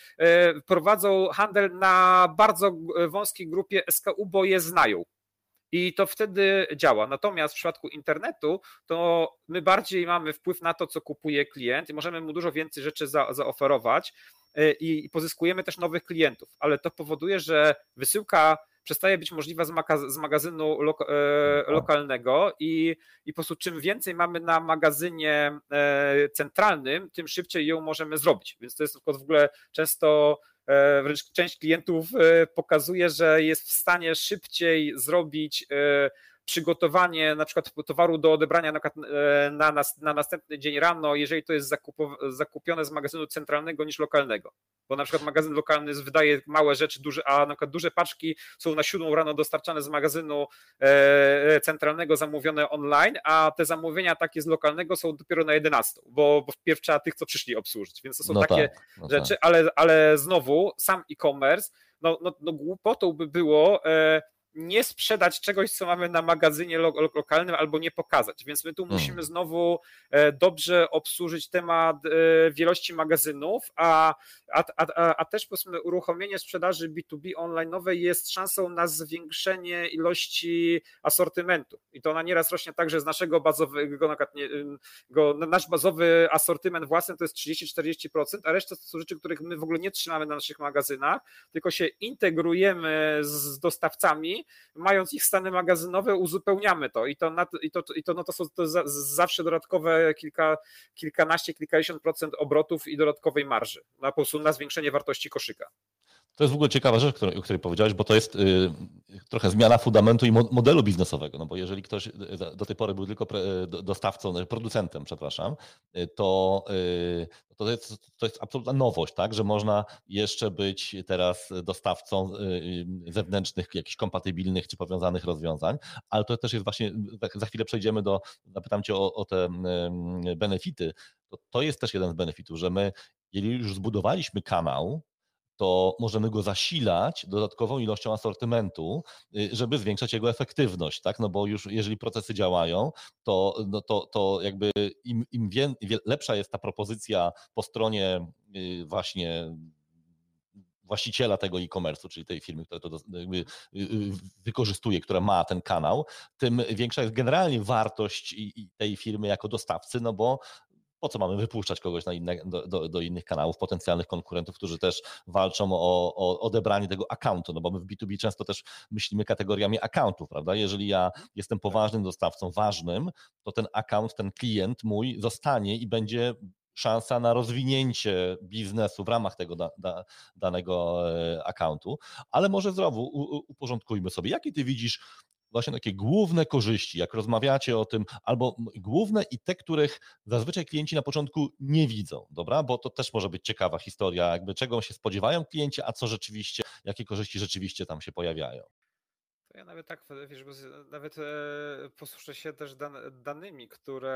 prowadzą handel na bardzo wąskiej grupie S K U, bo je znają. I to wtedy działa. Natomiast w przypadku internetu to my bardziej mamy wpływ na to, co kupuje klient i możemy mu dużo więcej rzeczy za, zaoferować i, i pozyskujemy też nowych klientów, ale to powoduje, że wysyłka przestaje być możliwa z, maka- z magazynu lo- e, lokalnego i, i po prostu czym więcej mamy na magazynie e, centralnym, tym szybciej ją możemy zrobić. Więc to jest w ogóle często wręcz część klientów pokazuje, że jest w stanie szybciej zrobić przygotowanie na przykład towaru do odebrania na, na, na, na następny dzień rano, jeżeli to jest zakupione z magazynu centralnego niż lokalnego. Bo na przykład magazyn lokalny wydaje małe rzeczy, duże, a na przykład duże paczki są na siódmą rano dostarczane z magazynu centralnego zamówione online, a te zamówienia takie z lokalnego są dopiero na jedenastą, bo, bo wpierw trzeba tych, co przyszli obsłużyć, więc to są no takie tak, no rzeczy, tak. ale, ale znowu sam e-commerce, no, no, no głupotą by było e, nie sprzedać czegoś, co mamy na magazynie lo, lo, lokalnym albo nie pokazać, więc my tu hmm. musimy znowu e, dobrze obsłużyć temat e, wielości magazynów, a, a, a, a też powiedzmy uruchomienie sprzedaży B dwa B online'owej jest szansą na zwiększenie ilości asortymentu i to ona nieraz rośnie tak, że z naszego bazowego, na przykład nie, go, nasz bazowy asortyment własny to jest trzydzieści do czterdziestu procent, a reszta to są rzeczy, których my w ogóle nie trzymamy na naszych magazynach, tylko się integrujemy z dostawcami, mając ich stany magazynowe, uzupełniamy to i to, na, i to, i to, no to są to za, zawsze dodatkowe kilka, kilkanaście, kilkadziesiąt procent obrotów i dodatkowej marży na, po prostu na zwiększenie wartości koszyka. To jest w ogóle ciekawa rzecz, o której powiedziałeś, bo to jest y, trochę zmiana fundamentu i modelu biznesowego, no bo jeżeli ktoś do tej pory był tylko pre, dostawcą, producentem, przepraszam, to, y, to, jest, to jest absolutna nowość, tak, że można jeszcze być teraz dostawcą y, zewnętrznych, jakichś kompatybilnych czy powiązanych rozwiązań, ale to też jest właśnie, za chwilę przejdziemy do, zapytam Cię o, o te y, benefity, to, to jest też jeden z benefitów, że my, jeżeli już zbudowaliśmy kanał, to możemy go zasilać dodatkową ilością asortymentu, żeby zwiększać jego efektywność, tak? No bo już jeżeli procesy działają, to, no to, to jakby im, im wie, lepsza jest ta propozycja po stronie właśnie właściciela tego e-commerce'u, czyli tej firmy, która to jakby wykorzystuje, która ma ten kanał, tym większa jest generalnie wartość tej firmy jako dostawcy, no bo po co mamy wypuszczać kogoś na inne, do, do, do innych kanałów, potencjalnych konkurentów, którzy też walczą o, o odebranie tego accountu, no bo my w B dwa B często też myślimy kategoriami accountów, prawda? Jeżeli ja jestem poważnym dostawcą, ważnym, to ten account, ten klient mój zostanie i będzie szansa na rozwinięcie biznesu w ramach tego da, da, danego accountu, ale może znowu u, uporządkujmy sobie, jakie ty widzisz właśnie takie główne korzyści, jak rozmawiacie o tym, albo główne i te, których zazwyczaj klienci na początku nie widzą, dobra? Bo to też może być ciekawa historia, jakby czego się spodziewają klienci, a co rzeczywiście, jakie korzyści rzeczywiście tam się pojawiają. To ja nawet tak, wiesz, bo nawet posłużę się też dan, danymi, które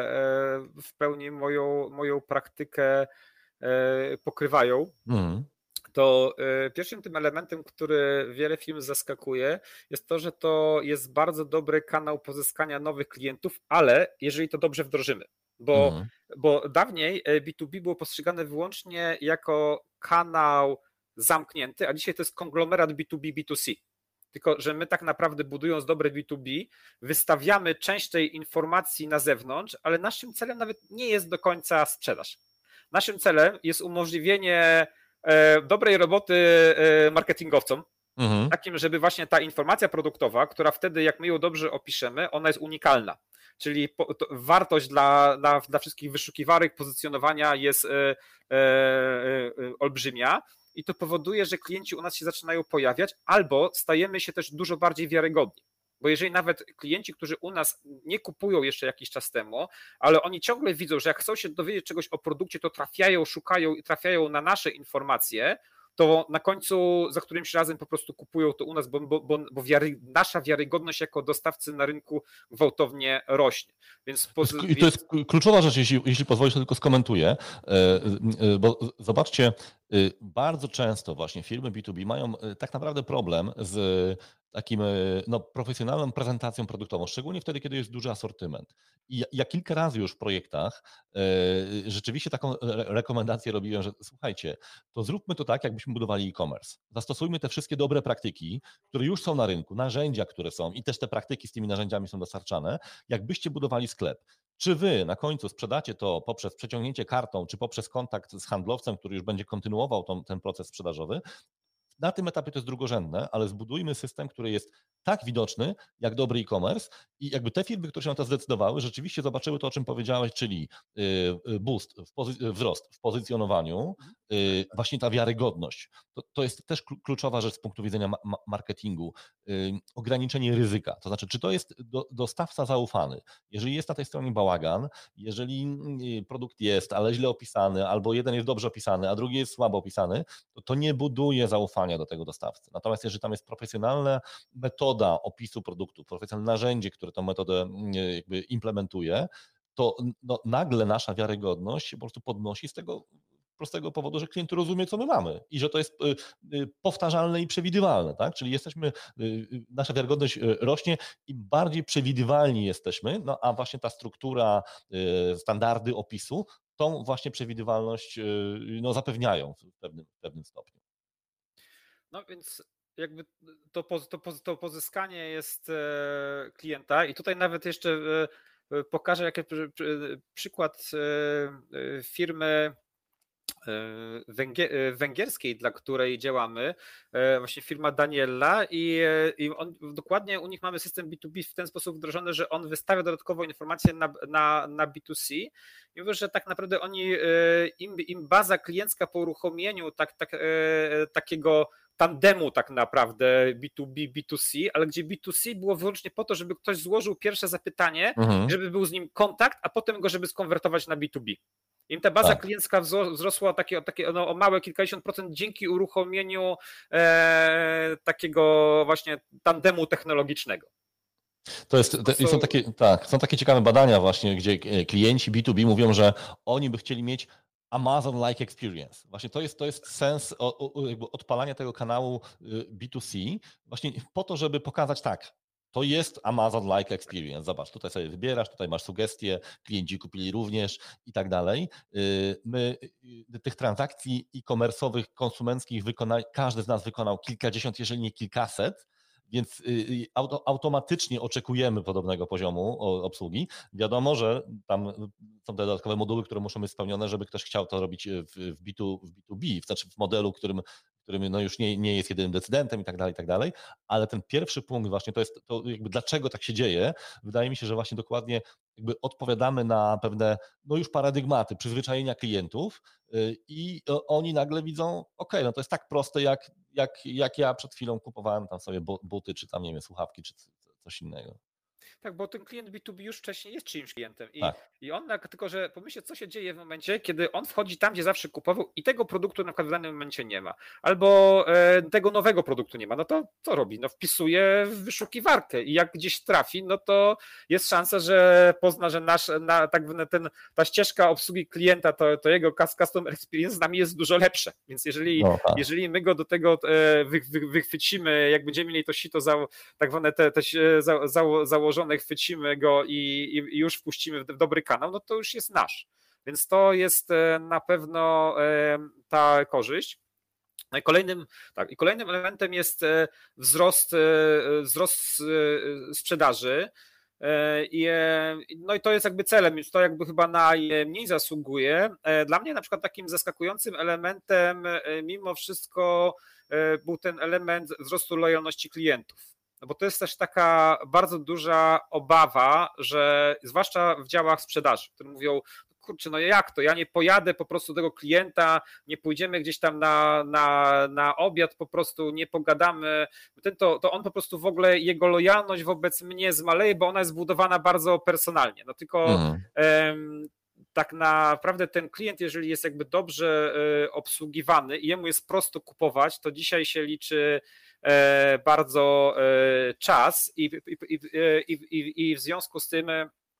w pełni moją, moją praktykę pokrywają. Mm. To pierwszym tym elementem, który wiele firm zaskakuje, jest to, że to jest bardzo dobry kanał pozyskania nowych klientów, ale jeżeli to dobrze wdrożymy, bo, mhm. bo dawniej B dwa B było postrzegane wyłącznie jako kanał zamknięty, a dzisiaj to jest konglomerat B dwa B, B dwa C. Tylko że my tak naprawdę budując dobre B dwa B wystawiamy część tej informacji na zewnątrz, ale naszym celem nawet nie jest do końca sprzedaż. Naszym celem jest umożliwienie dobrej roboty marketingowcom, mhm. takim, żeby właśnie ta informacja produktowa, która wtedy, jak my ją dobrze opiszemy, ona jest unikalna, czyli wartość dla, dla, dla wszystkich wyszukiwarek, pozycjonowania jest e, e, e, olbrzymia i to powoduje, że klienci u nas się zaczynają pojawiać albo stajemy się też dużo bardziej wiarygodni. Bo jeżeli nawet klienci, którzy u nas nie kupują jeszcze jakiś czas temu, ale oni ciągle widzą, że jak chcą się dowiedzieć czegoś o produkcie, to trafiają, szukają i trafiają na nasze informacje, to na końcu za którymś razem po prostu kupują to u nas, bo, bo, bo wiary, nasza wiarygodność jako dostawcy na rynku gwałtownie rośnie. Więc poz... I to jest kluczowa rzecz, jeśli, jeśli pozwolisz, to tylko skomentuję, bo zobaczcie, bardzo często właśnie firmy B dwa B mają tak naprawdę problem z takim no, profesjonalną prezentacją produktową, szczególnie wtedy, kiedy jest duży asortyment. I ja, ja kilka razy już w projektach y, rzeczywiście taką re- rekomendację robiłem, że słuchajcie, to zróbmy to tak, jakbyśmy budowali e-commerce. Zastosujmy te wszystkie dobre praktyki, które już są na rynku, narzędzia, które są i też te praktyki z tymi narzędziami są dostarczane, jakbyście budowali sklep. Czy wy na końcu sprzedacie to poprzez przeciągnięcie kartą, czy poprzez kontakt z handlowcem, który już będzie kontynuował tą, ten proces sprzedażowy, na tym etapie to jest drugorzędne, ale zbudujmy system, który jest tak widoczny, jak dobry e-commerce i jakby te firmy, które się na to zdecydowały, rzeczywiście zobaczyły to, o czym powiedziałeś, czyli boost, w pozy- wzrost w pozycjonowaniu, właśnie ta wiarygodność. To, to jest też kluczowa rzecz z punktu widzenia ma- marketingu. Ograniczenie ryzyka, to znaczy, czy to jest do, dostawca zaufany. Jeżeli jest na tej stronie bałagan, jeżeli produkt jest, ale źle opisany, albo jeden jest dobrze opisany, a drugi jest słabo opisany, to, to nie buduje zaufania do tego dostawcy. Natomiast jeżeli tam jest profesjonalna metoda opisu produktu, profesjonalne narzędzie, które tę metodę jakby implementuje, to no, nagle nasza wiarygodność się po prostu podnosi z tego prostego powodu, że klient rozumie, co my mamy i że to jest powtarzalne i przewidywalne, tak? Czyli jesteśmy, nasza wiarygodność rośnie, im bardziej przewidywalni jesteśmy, no a właśnie ta struktura, standardy opisu tą właśnie przewidywalność no, zapewniają w pewnym, w pewnym stopniu. No więc jakby to, to, to pozyskanie jest klienta i tutaj nawet jeszcze pokażę jaki przykład firmy węgierskiej, dla której działamy, właśnie firma Daniela i, i on, dokładnie u nich mamy system B dwa B w ten sposób wdrożony, że on wystawia dodatkowo informacje na, na, na B dwa C i mówię, że tak naprawdę oni, im, im baza kliencka po uruchomieniu tak, tak, takiego tandemu tak naprawdę B dwa B, B dwa C, ale gdzie B dwa C było wyłącznie po to, żeby ktoś złożył pierwsze zapytanie, mhm. żeby był z nim kontakt, a potem go, żeby skonwertować na B dwa B. Im ta baza tak. kliencka wzrosła takie, takie, no, o małe kilkadziesiąt procent dzięki uruchomieniu e, takiego właśnie tandemu technologicznego. To jest, to są, takie, tak, są takie ciekawe badania właśnie, gdzie klienci B dwa B mówią, że oni by chcieli mieć Amazon-like experience. Właśnie to jest, to jest sens jakby odpalania tego kanału B dwa C właśnie po to, żeby pokazać tak, to jest Amazon-like experience. Zobacz, tutaj sobie wybierasz, tutaj masz sugestie, klienci kupili również i tak dalej. My tych transakcji e-commerce'owych, konsumenckich wykona, każdy z nas wykonał kilkadziesiąt, jeżeli nie kilkaset, więc automatycznie oczekujemy podobnego poziomu obsługi. Wiadomo, że tam są te dodatkowe moduły, które muszą być spełnione, żeby ktoś chciał to robić w B dwa B, znaczy w modelu, którym którym no już nie, nie jest jedynym decydentem i tak dalej, i tak dalej, ale ten pierwszy punkt właśnie to jest to jakby dlaczego tak się dzieje. Wydaje mi się, że właśnie dokładnie jakby odpowiadamy na pewne no już paradygmaty, przyzwyczajenia klientów i oni nagle widzą, ok, no to jest tak proste jak, jak, jak ja przed chwilą kupowałem tam sobie buty, czy tam nie wiem, słuchawki, czy coś innego. Tak, bo ten klient B dwa B już wcześniej jest czyimś klientem i, tak. i on tylko, że pomyślcie, co się dzieje w momencie, kiedy on wchodzi tam, gdzie zawsze kupował i tego produktu na przykład w danym momencie nie ma, albo e, tego nowego produktu nie ma, no to co robi? No wpisuje w wyszukiwarkę i jak gdzieś trafi, no to jest szansa, że pozna, że nasz, na, tak ten, ta ścieżka obsługi klienta, to, to jego customer experience z nami jest dużo lepsze, więc jeżeli, no, tak. jeżeli my go do tego e, wy, wy, wychwycimy, jak będziemy mieli to sito za, tak zwane te, te za, za, założone, chwycimy go i, i już wpuścimy w dobry kanał, no to już jest nasz. Więc to jest na pewno ta korzyść. No i kolejnym, tak, i kolejnym elementem jest wzrost, wzrost sprzedaży. I, no i to jest jakby celem, to jakby chyba najmniej zasługuje. Dla mnie na przykład takim zaskakującym elementem mimo wszystko był ten element wzrostu lojalności klientów. No bo to jest też taka bardzo duża obawa, że zwłaszcza w działach sprzedaży, które mówią, kurczę, no jak to, ja nie pojadę po prostu do tego klienta, nie pójdziemy gdzieś tam na, na, na obiad, po prostu nie pogadamy, ten to, to on po prostu w ogóle, jego lojalność wobec mnie zmaleje, bo ona jest zbudowana bardzo personalnie, no tylko mhm. em, tak naprawdę ten klient, jeżeli jest jakby dobrze obsługiwany i jemu jest prosto kupować, to dzisiaj się liczy bardzo czas i, i, i, i, i w związku z tym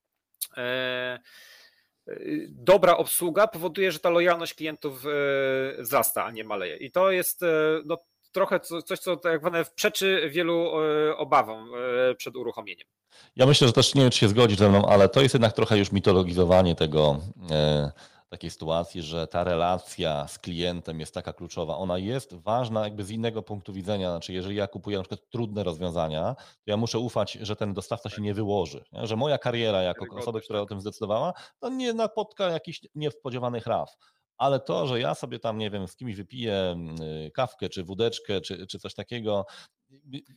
dobra obsługa powoduje, że ta lojalność klientów wzrasta, a nie maleje. I to jest no, trochę coś, co tak zwane przeczy wielu obawom przed uruchomieniem. Ja myślę, że też nie wiem, czy się zgodzisz ze mną, ale to jest jednak trochę już mitologizowanie tego, e, takiej sytuacji, że ta relacja z klientem jest taka kluczowa. Ona jest ważna jakby z innego punktu widzenia. Znaczy, jeżeli ja kupuję na przykład trudne rozwiązania, to ja muszę ufać, że ten dostawca się nie wyłoży. Nie? Że moja kariera jako osoby, która o tym zdecydowała, to nie napotka jakichś niespodziewanych raf. Ale to, że ja sobie tam, nie wiem, z kimś wypiję kawkę, czy wódeczkę, czy, czy coś takiego,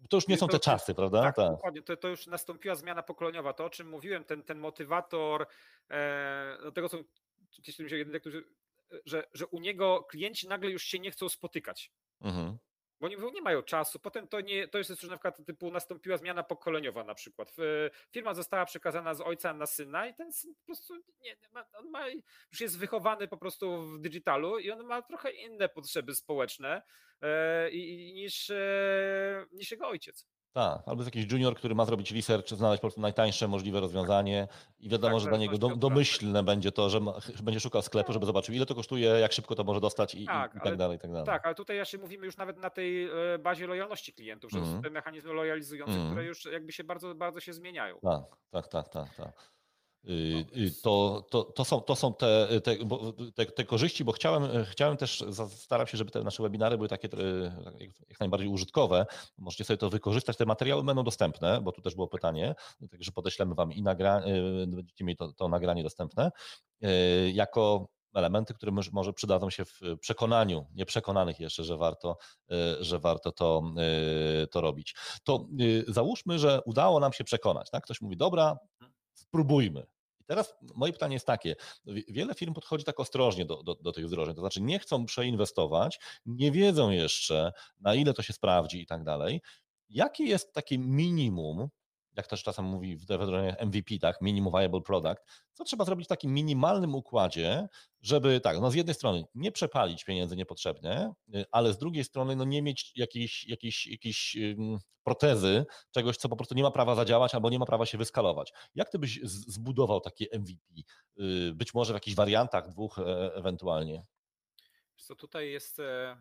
to już nie są To- te to- czasy, prawda? Tak, dokładnie. To, to już nastąpiła zmiana pokoleniowa. To, o czym mówiłem, ten, ten motywator, e, do tego są ci, z którymi się jedynie, którzy, że, że u niego klienci nagle już się nie chcą spotykać. Mhm. Bo oni mówią, nie mają czasu. Potem to nie, to jest już na przykład typu nastąpiła zmiana pokoleniowa na przykład. W- Firma została przekazana z ojca na syna i ten syn po prostu nie, ma, on ma, już jest wychowany po prostu w digitalu i on ma trochę inne potrzeby społeczne e, i, i niż, e, niż jego ojciec. Tak, albo jest jakiś junior, który ma zrobić research, znaleźć po prostu najtańsze możliwe rozwiązanie i wiadomo, Tak, w że dla niego zależności dom- od branży. domyślne będzie to, że ma, będzie szukał sklepu, żeby zobaczył, ile to kosztuje, jak szybko to może dostać i, Tak, i, i ale tak dalej, i tak dalej. Tak, ale tutaj jeszcze mówimy już nawet na tej e, bazie lojalności klientów, że Mhm. są te mechanizmy lojalizujące, Mhm. które już jakby się bardzo, bardzo się zmieniają. Tak, tak, tak, tak, tak. No, Y, y, więc- To, to, to są, to są te, te, bo- te, te korzyści, bo chciałem, chciałem też, za- staram się, żeby te nasze webinary były takie y, jak, jak najbardziej użytkowe. Możecie sobie to wykorzystać. Te materiały będą dostępne, bo tu też było pytanie, także podeślemy Wam i nagra, y, będziecie mieli to, to nagranie dostępne, y, jako elementy, które może- może przydadzą się w przekonaniu nieprzekonanych jeszcze, że warto, y, że warto to, y, to robić. To y, załóżmy, że udało nam się przekonać. Tak? Ktoś mówi, dobra, spróbujmy. I teraz moje pytanie jest takie, wi- wiele firm podchodzi tak ostrożnie do, do, do tych wdrożeń, to znaczy nie chcą przeinwestować, nie wiedzą jeszcze, na ile to się sprawdzi i tak dalej. Jakie jest takie minimum, jak też czasem mówi w wdrożeniach M V P, tak, minimum viable product, co trzeba zrobić w takim minimalnym układzie, żeby tak, no z jednej strony nie przepalić pieniędzy niepotrzebnie, y, ale z drugiej strony no nie mieć jakiejś, jakiejś, jakiejś ym, protezy, czegoś, co po prostu nie ma prawa zadziałać albo nie ma prawa się wyskalować. Jak ty byś z- zbudował takie M V P? Y, Być może w jakichś wariantach dwóch e, ewentualnie. Wiesz co tutaj jest. e,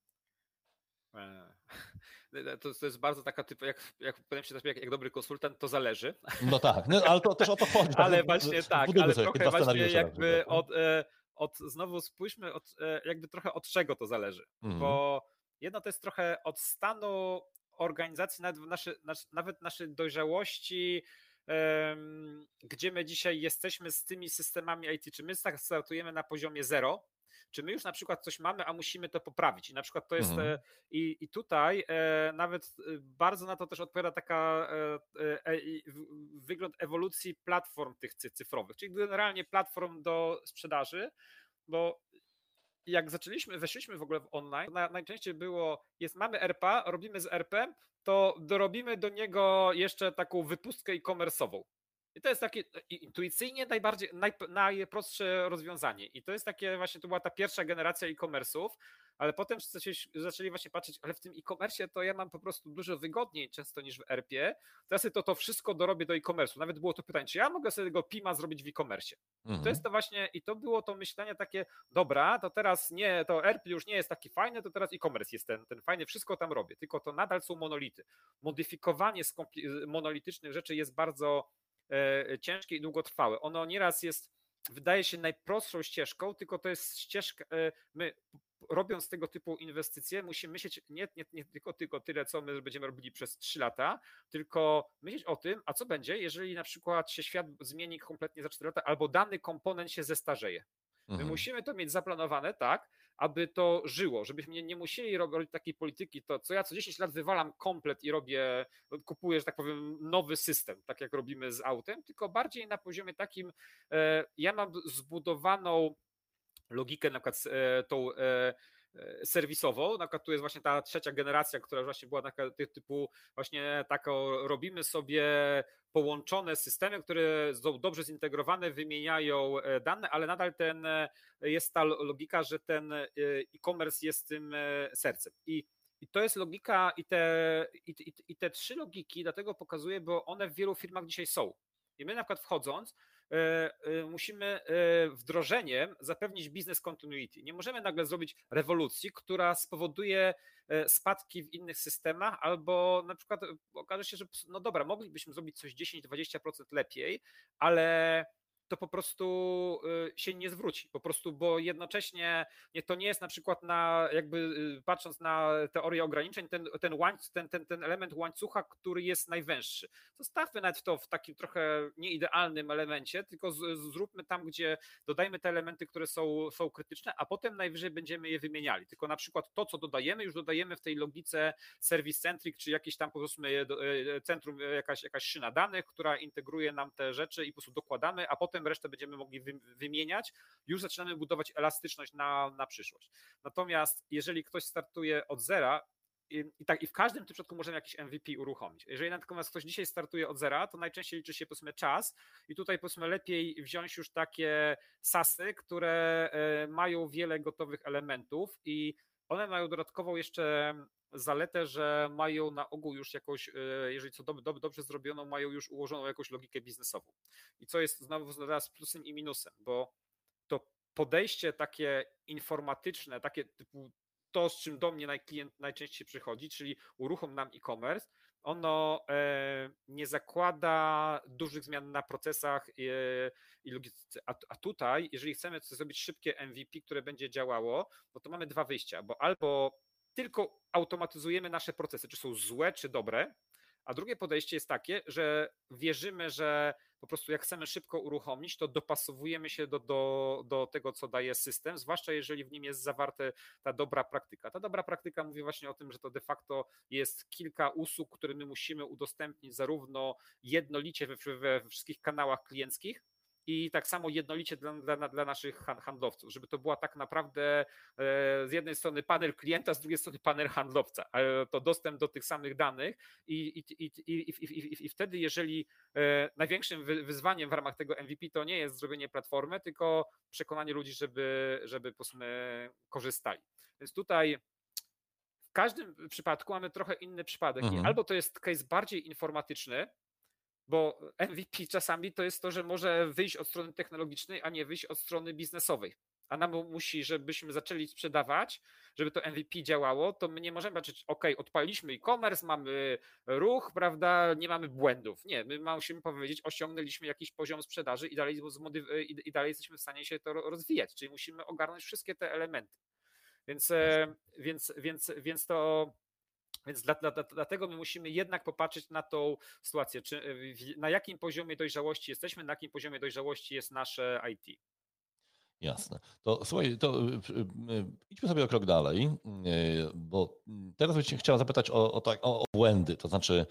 e, To, to jest bardzo taka typ, jak, jak powiem się, jak, jak dobry konsultant, to zależy. No tak, no, ale to też o to chodzi. Ale tak, właśnie w- tak, Wbudujmy ale sobie takie trochę dwa właśnie scenariusze na jakby przykład. od, e, od znowu spójrzmy od, e, jakby trochę od czego to zależy. Mhm. Bo jedno to jest trochę od stanu organizacji, nawet, w naszy, nasz, nawet naszej dojrzałości, em, gdzie my dzisiaj jesteśmy z tymi systemami I T. Czy my tak startujemy na poziomie zero, czy my już na przykład coś mamy, a musimy to poprawić. I na przykład to jest, Mhm. e, i, i tutaj e, nawet e, bardzo na to też odpowiada taka e, e, i w- wygląd ewolucji platform tych cy- cyfrowych, czyli generalnie platform do sprzedaży, bo jak zaczęliśmy, weszliśmy w ogóle w online, na, najczęściej było, jest, mamy R P A, robimy z R P, to dorobimy do niego jeszcze taką wypustkę e-commerce'ową. I to jest takie intuicyjnie najbardziej, naj, najprostsze rozwiązanie. I to jest takie właśnie, to była ta pierwsza generacja e-commerce'ów, ale potem zaczęli, zaczęli właśnie patrzeć, ale w tym e-commerce to ja mam po prostu dużo wygodniej często niż w R P. Teraz sobie to, to wszystko dorobię do e-commerce'u. Nawet było to pytanie, czy ja mogę sobie tego P I M A zrobić w e-commerce? Mhm. To jest to właśnie, i to było to myślenie takie, dobra, to teraz nie, to R P już nie jest taki fajny, to teraz e-commerce jest ten, ten fajny, wszystko tam robię, tylko to nadal są monolity. Modyfikowanie skompli- monolitycznych rzeczy jest bardzo e, ciężkie i długotrwałe. Ono nieraz jest, wydaje się najprostszą ścieżką, tylko to jest ścieżka, e, my robiąc tego typu inwestycje, musimy myśleć nie, nie, nie tylko, tylko tyle, co my będziemy robili przez trzy lata, tylko myśleć o tym, a co będzie, jeżeli na przykład się świat zmieni kompletnie za cztery lata, albo dany komponent się zestarzeje. My Mhm. musimy to mieć zaplanowane tak, aby to żyło, żebyśmy nie, nie musieli robić takiej polityki, to co ja co dziesięć lat wywalam komplet i robię, kupuję, że tak powiem, nowy system, tak jak robimy z autem, tylko bardziej na poziomie takim, e, ja mam zbudowaną logikę na przykład e, tą e, e, serwisową, na przykład tu jest właśnie ta trzecia generacja, która właśnie była taka ty- typu właśnie taką, robimy sobie połączone systemy, które są dobrze zintegrowane, wymieniają e, dane, ale nadal ten e, jest ta logika, że ten e, e-commerce jest tym e, sercem. I i to jest logika i te, i, i, i te trzy logiki dlatego pokazuję, bo one w wielu firmach dzisiaj są. I my na przykład wchodząc, e, e, musimy e, wdrożeniem zapewnić business continuity. Nie możemy nagle zrobić rewolucji, która spowoduje e, spadki w innych systemach, albo na przykład okaże się, że no dobra, moglibyśmy zrobić coś dziesięć do dwudziestu procent lepiej, ale to po prostu się nie zwróci, po prostu, bo jednocześnie nie, to nie jest na przykład na, jakby patrząc na teorię ograniczeń, ten, ten, łańcuch, ten, ten, ten element łańcucha, który jest najwęższy. Zostawmy nawet to w takim trochę nieidealnym elemencie, tylko z, zróbmy tam, gdzie dodajmy te elementy, które są, są krytyczne, a potem najwyżej będziemy je wymieniali. Tylko na przykład to, co dodajemy, już dodajemy w tej logice service-centric, czy jakieś tam powiedzmy centrum, jakaś, jakaś szyna danych, która integruje nam te rzeczy i po prostu dokładamy, a potem resztę będziemy mogli wymieniać, już zaczynamy budować elastyczność na, na przyszłość. Natomiast jeżeli ktoś startuje od zera, i, i tak i w każdym tym przypadku możemy jakiś M V P uruchomić. Jeżeli natomiast ktoś dzisiaj startuje od zera, to najczęściej liczy się powiedzmy czas i tutaj powiedzmy lepiej wziąć już takie sasy, które mają wiele gotowych elementów i one mają dodatkową jeszcze zaletę, że mają na ogół już jakąś, jeżeli co dobrze, dobrze zrobiono, mają już ułożoną jakąś logikę biznesową. I co jest znowu zaraz plusem i minusem, bo to podejście takie informatyczne, takie typu to, z czym do mnie klient najczęściej przychodzi, czyli uruchom nam e-commerce, ono nie zakłada dużych zmian na procesach i logistyce. A tutaj, jeżeli chcemy zrobić szybkie M V P, które będzie działało, no to mamy dwa wyjścia, bo albo tylko automatyzujemy nasze procesy, czy są złe, czy dobre, a drugie podejście jest takie, że wierzymy, że po prostu jak chcemy szybko uruchomić, to dopasowujemy się do, do, do tego, co daje system, zwłaszcza jeżeli w nim jest zawarta ta dobra praktyka. Ta dobra praktyka mówi właśnie o tym, że to de facto jest kilka usług, które my musimy udostępnić zarówno jednolicie we, we wszystkich kanałach klienckich, i tak samo jednolicie dla, dla, dla naszych handlowców, żeby to była tak naprawdę z jednej strony panel klienta, z drugiej strony panel handlowca, to dostęp do tych samych danych i, i, i, i, i, i wtedy jeżeli największym wyzwaniem w ramach tego M V P to nie jest zrobienie platformy, tylko przekonanie ludzi, żeby, żeby po prostu korzystali. Więc tutaj w każdym przypadku mamy trochę inny przypadek. Mhm. Albo to jest case bardziej informatyczny, bo M V P czasami to jest to, że może wyjść od strony technologicznej, a nie wyjść od strony biznesowej. A nam musi, żebyśmy zaczęli sprzedawać, żeby to M V P działało, to my nie możemy patrzeć, ok, odpaliliśmy e-commerce, mamy ruch, prawda, nie mamy błędów. Nie, my musimy powiedzieć, osiągnęliśmy jakiś poziom sprzedaży i dalej, i dalej jesteśmy w stanie się to rozwijać, czyli musimy ogarnąć wszystkie te elementy. Więc, więc, więc, więc to... Więc dla, dla, dlatego my musimy jednak popatrzeć na tą sytuację, czy, na jakim poziomie dojrzałości jesteśmy, na jakim poziomie dojrzałości jest nasze I T. Jasne. To słuchaj, to idźmy sobie o krok dalej, bo teraz bym chciał zapytać o, o, tak, o błędy, to znaczy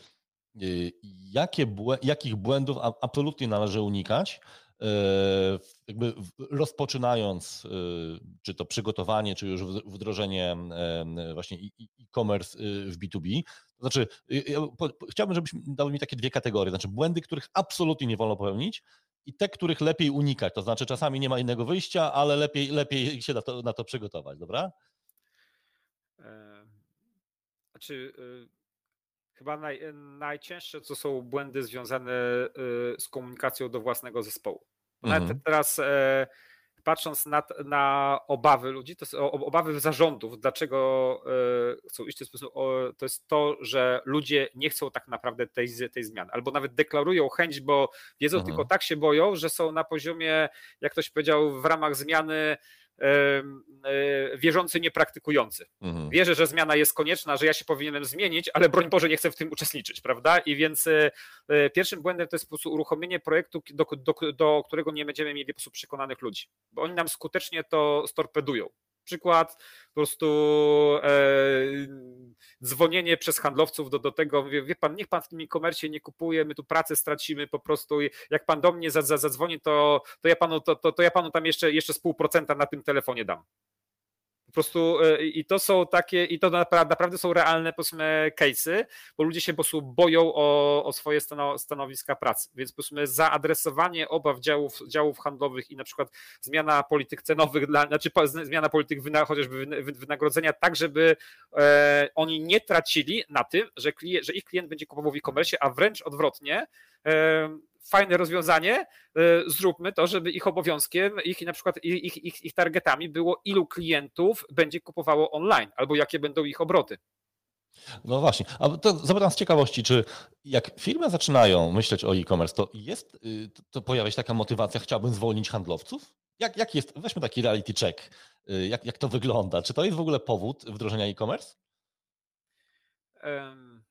jakie, jakich błędów absolutnie należy unikać, jakby rozpoczynając czy to przygotowanie, czy już wdrożenie właśnie e-commerce w B dwa B. To znaczy, ja chciałbym, żebyś dał mi takie dwie kategorie, znaczy błędy, których absolutnie nie wolno popełnić i te, których lepiej unikać, to znaczy czasami nie ma innego wyjścia, ale lepiej, lepiej się na to, na to przygotować, dobra? Znaczy, chyba naj, najcięższe to są błędy związane z komunikacją do własnego zespołu. Mhm. Nawet teraz patrząc na, na obawy ludzi, to są obawy zarządów, dlaczego chcą iść w ten sposób, to jest to, że ludzie nie chcą tak naprawdę tej, tej zmiany, albo nawet deklarują chęć, bo wiedzą, mhm. tylko tak się boją, że są na poziomie, jak ktoś powiedział, w ramach zmiany wierzący, niepraktykujący. Mhm. Wierzę, że zmiana jest konieczna, że ja się powinienem zmienić, ale broń Boże nie chcę w tym uczestniczyć, prawda? I więc pierwszym błędem to jest po prostu uruchomienie projektu, do, do, do którego nie będziemy mieli po prostu przekonanych ludzi, bo oni nam skutecznie to storpedują. Przykład, po prostu e, dzwonienie przez handlowców do, do tego, mówię, wie pan, niech pan w tym e-commerce nie kupuje, my tu pracę stracimy po prostu, jak pan do mnie zadzwoni, to, to, ja, panu, to, to, to ja panu tam jeszcze, jeszcze z pół procenta na tym telefonie dam. Po prostu i to są takie, i to naprawdę są realne, powiedzmy, case'y, bo ludzie się po prostu boją o, o swoje stanowiska pracy, więc powiedzmy zaadresowanie obaw działów, działów handlowych i na przykład zmiana polityk cenowych, dla, znaczy zmiana polityk wyna, chociażby wynagrodzenia, tak żeby e, oni nie tracili na tym, że, klient, że ich klient będzie kupował w e-commerce, a wręcz odwrotnie, e, fajne rozwiązanie, zróbmy to, żeby ich obowiązkiem, ich na przykład ich, ich, ich targetami było, ilu klientów będzie kupowało online, albo jakie będą ich obroty. No właśnie, a to zapytam z ciekawości, czy jak firmy zaczynają myśleć o e-commerce, to jest, y, to, to pojawia się taka motywacja, chciałbym zwolnić handlowców? Jak, jak jest, weźmy taki reality check, y, jak, jak to wygląda? Czy to jest w ogóle powód wdrożenia e-commerce? Um,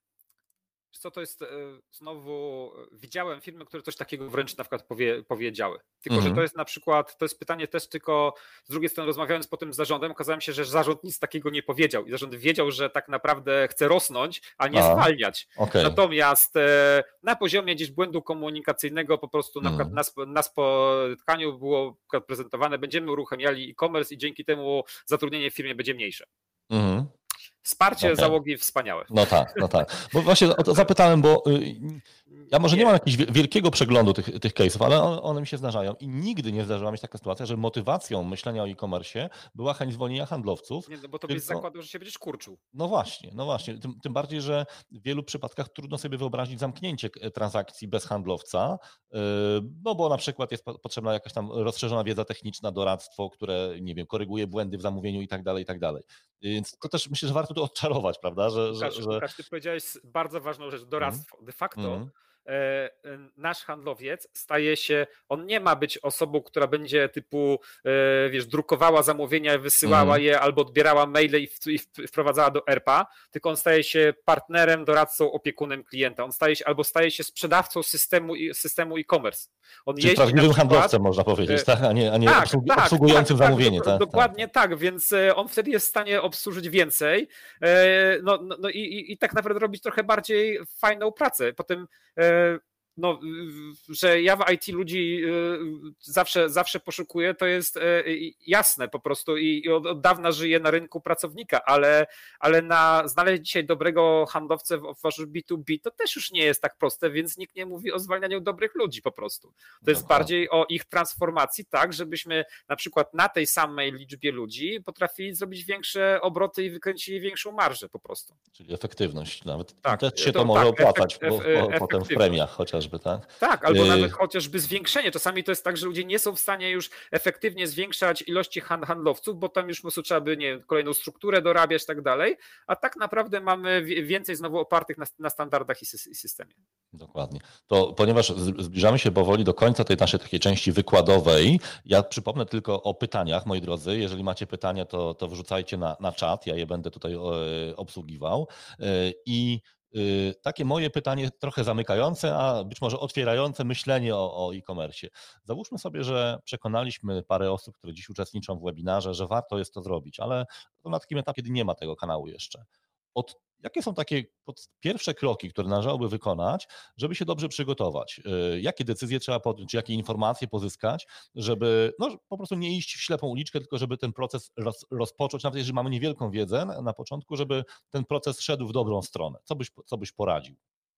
Co to jest, e, znowu e, widziałem firmy, które coś takiego wręcz na przykład powie, powiedziały. Tylko, że to Mhm. jest na przykład, to jest pytanie też tylko, z drugiej strony rozmawiając potem z zarządem, okazało się, że zarząd nic takiego nie powiedział i zarząd wiedział, że tak naprawdę chce rosnąć, a nie A, zwalniać. okej. Natomiast e, na poziomie gdzieś błędu komunikacyjnego po prostu na przykład Mhm. na, sp- na spotkaniu było na przykład prezentowane, będziemy uruchamiali e-commerce i dzięki temu zatrudnienie w firmie będzie mniejsze. Mhm. Wsparcie Okej. załogi wspaniałe. No tak, no tak. Bo właśnie o to zapytałem, bo y, ja może nie mam Nie. jakiegoś wie- wielkiego przeglądu tych, tych case'ów, ale one, one mi się zdarzają i nigdy nie zdarzyła mi się taka sytuacja, że motywacją myślenia o e-commerce była chęć zwolnienia handlowców, Nie, no bo to byś tylko zakładał, że się będziesz kurczył. no właśnie, no właśnie. Tym, tym bardziej, że w wielu przypadkach trudno sobie wyobrazić zamknięcie k- transakcji bez handlowca, yy, no bo na przykład jest po- potrzebna jakaś tam rozszerzona wiedza techniczna, doradztwo, które, nie wiem, koryguje błędy w zamówieniu i tak dalej, i tak dalej. Więc to też myślę, że warto tu odczarować, prawda, że, że, Łukasz, że... Łukasz, ty powiedziałeś bardzo ważną rzecz, Mhm, doradztwo. De facto mhm, e, e, nasz handlowiec staje się, on nie ma być osobą, która będzie typu, e, wiesz, drukowała zamówienia, wysyłała mhm. je albo odbierała maile i, w, i wprowadzała do E R P a, tylko on staje się partnerem, doradcą, opiekunem klienta. On staje się albo staje się sprzedawcą systemu, i- systemu e-commerce. On Czyli jeździ na prawdziwym przykład. handlowcem, można powiedzieć, e, tak? A nie, a nie Tak, obsługi, tak, obsługującym tak, tak, zamówienie, dok- tak? Tak, dokładnie tak. tak, więc e, on wtedy jest w stanie obsłużyć więcej, e, no, no, no i, i, i tak naprawdę robić trochę bardziej fajną pracę. Potem e, no, w- że ja w I T ludzi e, zawsze, zawsze poszukuję, to jest e, jasne po prostu i, i od, od dawna żyję na rynku pracownika, ale, ale na znaleźć dzisiaj dobrego handlowcę w obszarze B dwa B to też już nie jest tak proste, więc nikt nie mówi o zwalnianiu dobrych ludzi po prostu. To jest Dokładnie. bardziej o ich transformacji, tak, żebyśmy na przykład na tej samej liczbie ludzi potrafili zrobić większe obroty i wykręcili większą marżę po prostu. Czyli efektywność. Nawet Tak, też się to, to może tak, opłacać efekt, bo, bo, ef, potem w efektywność. premiach chociażby, tak? Tak, albo nawet Y, chociażby zwiększenie. Czasami to jest tak, że ludzie nie są w stanie już efektywnie zwiększać ilości hand- handlowców, bo tam już po prostu trzeba by nie wiem, kolejną strukturę dorabiać i tak dalej, a tak naprawdę mamy wie- więcej znowu opartych na, na standardach i, sys- i systemie. Dokładnie. To ponieważ z- zbliżamy się powoli do końca tej naszej takiej części wykładowej, ja przypomnę tylko o pytaniach, moi drodzy. Jeżeli macie pytania, to, to wrzucajcie na, na czat, ja je będę tutaj e, obsługiwał. E, I e, takie moje pytanie, trochę zamykające, a być może otwierające myślenie o, o e-commerce. Załóżmy sobie, że przekonaliśmy parę osób, które dziś uczestniczą w webinarze, że warto jest to zrobić, ale to na takim etapie, kiedy nie ma tego kanału jeszcze. Od, jakie są takie pod- pierwsze kroki, które należałoby wykonać, żeby się dobrze przygotować? Y, Jakie decyzje trzeba podjąć, jakie informacje pozyskać, żeby no, po prostu nie iść w ślepą uliczkę, tylko żeby ten proces roz, rozpocząć, nawet jeżeli mamy niewielką wiedzę na, na początku, żeby ten proces szedł w dobrą stronę. Co byś, co byś poradził?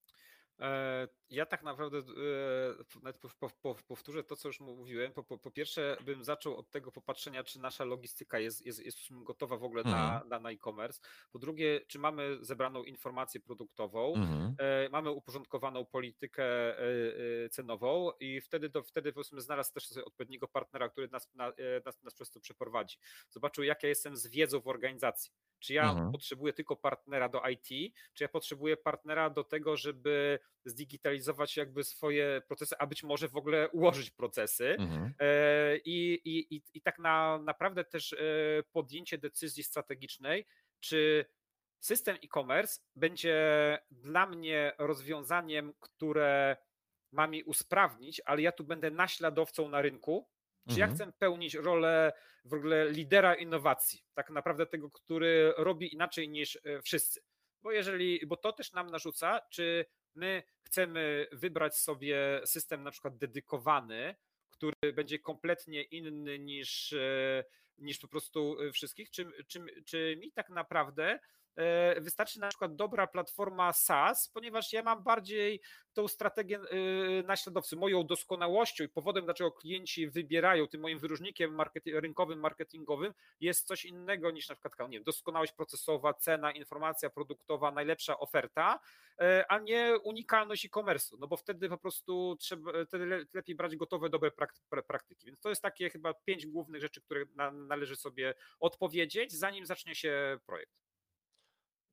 E, Ja tak naprawdę e, nawet pow- pow- pow- powtórzę to, co już mówiłem. Po, po, po pierwsze, bym zaczął od tego popatrzenia, czy nasza logistyka jest, jest, jest gotowa w ogóle Mhm, na, na, na e-commerce. Po drugie, czy mamy zebraną informację produktową, mhm, e, mamy uporządkowaną politykę e, e, cenową i wtedy, to, wtedy powiedzmy znalazł też sobie odpowiedniego partnera, który nas, na, e, nas, nas przez to przeprowadzi. Zobaczył, jak ja jestem z wiedzą w organizacji. Czy ja mhm, potrzebuję tylko partnera do I T, czy ja potrzebuję partnera do tego, żeby zdigitalizować jakby swoje procesy, a być może w ogóle ułożyć procesy. mhm, E, I, i, i, i tak na, naprawdę też e, podjęcie decyzji strategicznej, czy system e-commerce będzie dla mnie rozwiązaniem, które ma mi usprawnić, ale ja tu będę naśladowcą na rynku, czy ja mhm. chcę pełnić rolę w ogóle lidera innowacji, tak naprawdę tego, który robi inaczej niż e, wszyscy. Bo jeżeli, bo to też nam narzuca, czy my chcemy wybrać sobie system na przykład dedykowany, który będzie kompletnie inny niż, e, niż po prostu wszystkich, czy, czy, czy mi tak naprawdę e, wystarczy na przykład dobra platforma SaaS, ponieważ ja mam bardziej tą strategię e, naśladowcy. Moją doskonałością i powodem, dlaczego klienci wybierają, tym moim wyróżnikiem market- rynkowym, marketingowym jest coś innego niż na przykład nie wiem, doskonałość procesowa, cena, informacja produktowa, najlepsza oferta, e, a nie unikalność e-commerce'u, no bo wtedy po prostu trzeba, wtedy le- lepiej brać gotowe, dobre prak- pra- praktyki. Więc to jest takie chyba pięć głównych rzeczy, które na, należy sobie odpowiedzieć, zanim zacznie się projekt.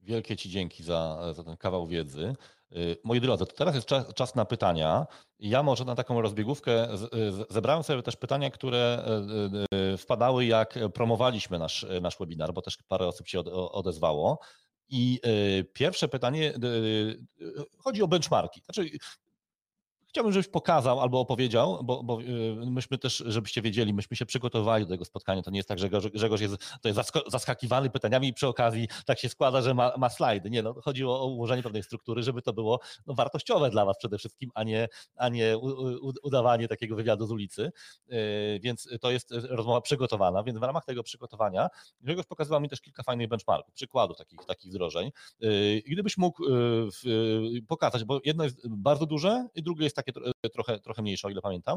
Wielkie Ci dzięki za, za ten kawał wiedzy. Moi drodzy, to teraz jest czas, czas na pytania. Ja może na taką rozbiegówkę zebrałem sobie też pytania, które wpadały, jak promowaliśmy nasz, nasz webinar, bo też parę osób się odezwało. I pierwsze pytanie chodzi o benchmarki. Znaczy, chciałbym, żebyś pokazał albo opowiedział, bo, bo myśmy też, żebyście wiedzieli, myśmy się przygotowali do tego spotkania. To nie jest tak, że Grzegorz, Grzegorz jest to jest zaskakiwany pytaniami i przy okazji tak się składa, że ma, ma slajdy. Nie, no, chodziło o ułożenie pewnej struktury, żeby to było no, wartościowe dla was przede wszystkim, a nie, a nie u, u, udawanie takiego wywiadu z ulicy. Yy, więc to jest rozmowa przygotowana, więc w ramach tego przygotowania Grzegorz pokazywał mi też kilka fajnych benchmarków, przykładów takich, takich wdrożeń. Yy, gdybyś mógł yy, pokazać, bo jedno jest bardzo duże i drugie jest takie trochę, trochę mniejsze, o ile pamiętam.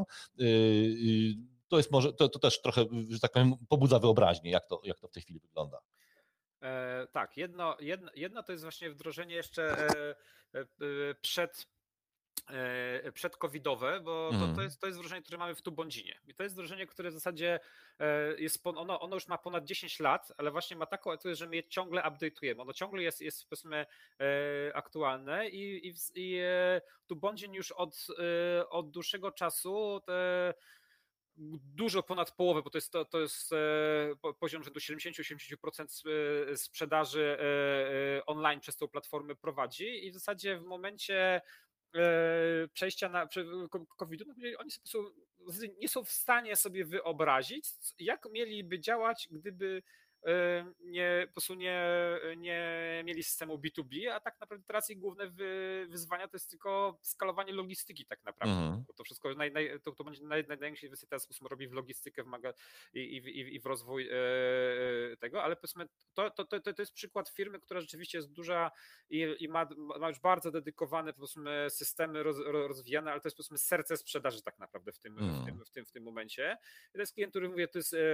To jest może, to, to też trochę, że tak powiem, pobudza wyobraźnię, jak to, jak to w tej chwili wygląda. E, tak, jedno, jedno, jedno to jest właśnie wdrożenie jeszcze e, e, przed przedcovidowe, bo to, to, jest, to jest wdrożenie, które mamy w Tubondzinie. I to jest wdrożenie, które w zasadzie jest, ono, ono już ma ponad dziesięć lat, ale właśnie ma taką, że my je ciągle update'ujemy. Ono ciągle jest, jest powiedzmy aktualne i, i, i Tubondzin już od, od dłuższego czasu te dużo ponad połowę, bo to jest, to, to jest poziom rzędu siedemdziesiąt do osiemdziesięciu procent sprzedaży online przez tą platformę prowadzi i w zasadzie w momencie przejścia na kowida, no, oni po prostu nie są w stanie sobie wyobrazić, jak mieliby działać, gdyby nie, po prostu nie, nie mieli systemu B dwa B, a tak naprawdę teraz ich główne wyzwania to jest tylko skalowanie logistyki tak naprawdę. Mhm. Bo to wszystko, naj, naj, to, to będzie naj, największy inwestycja teraz robi w logistykę w maga, i, i, i w rozwój tego, ale powiedzmy, to, to, to, to jest przykład firmy, która rzeczywiście jest duża i, i ma, ma już bardzo dedykowane powiedzmy systemy roz, rozwijane, ale to jest powiedzmy serce sprzedaży tak naprawdę w tym, mhm. w tym, w tym, w tym momencie. I to jest klient, który mówię, to jest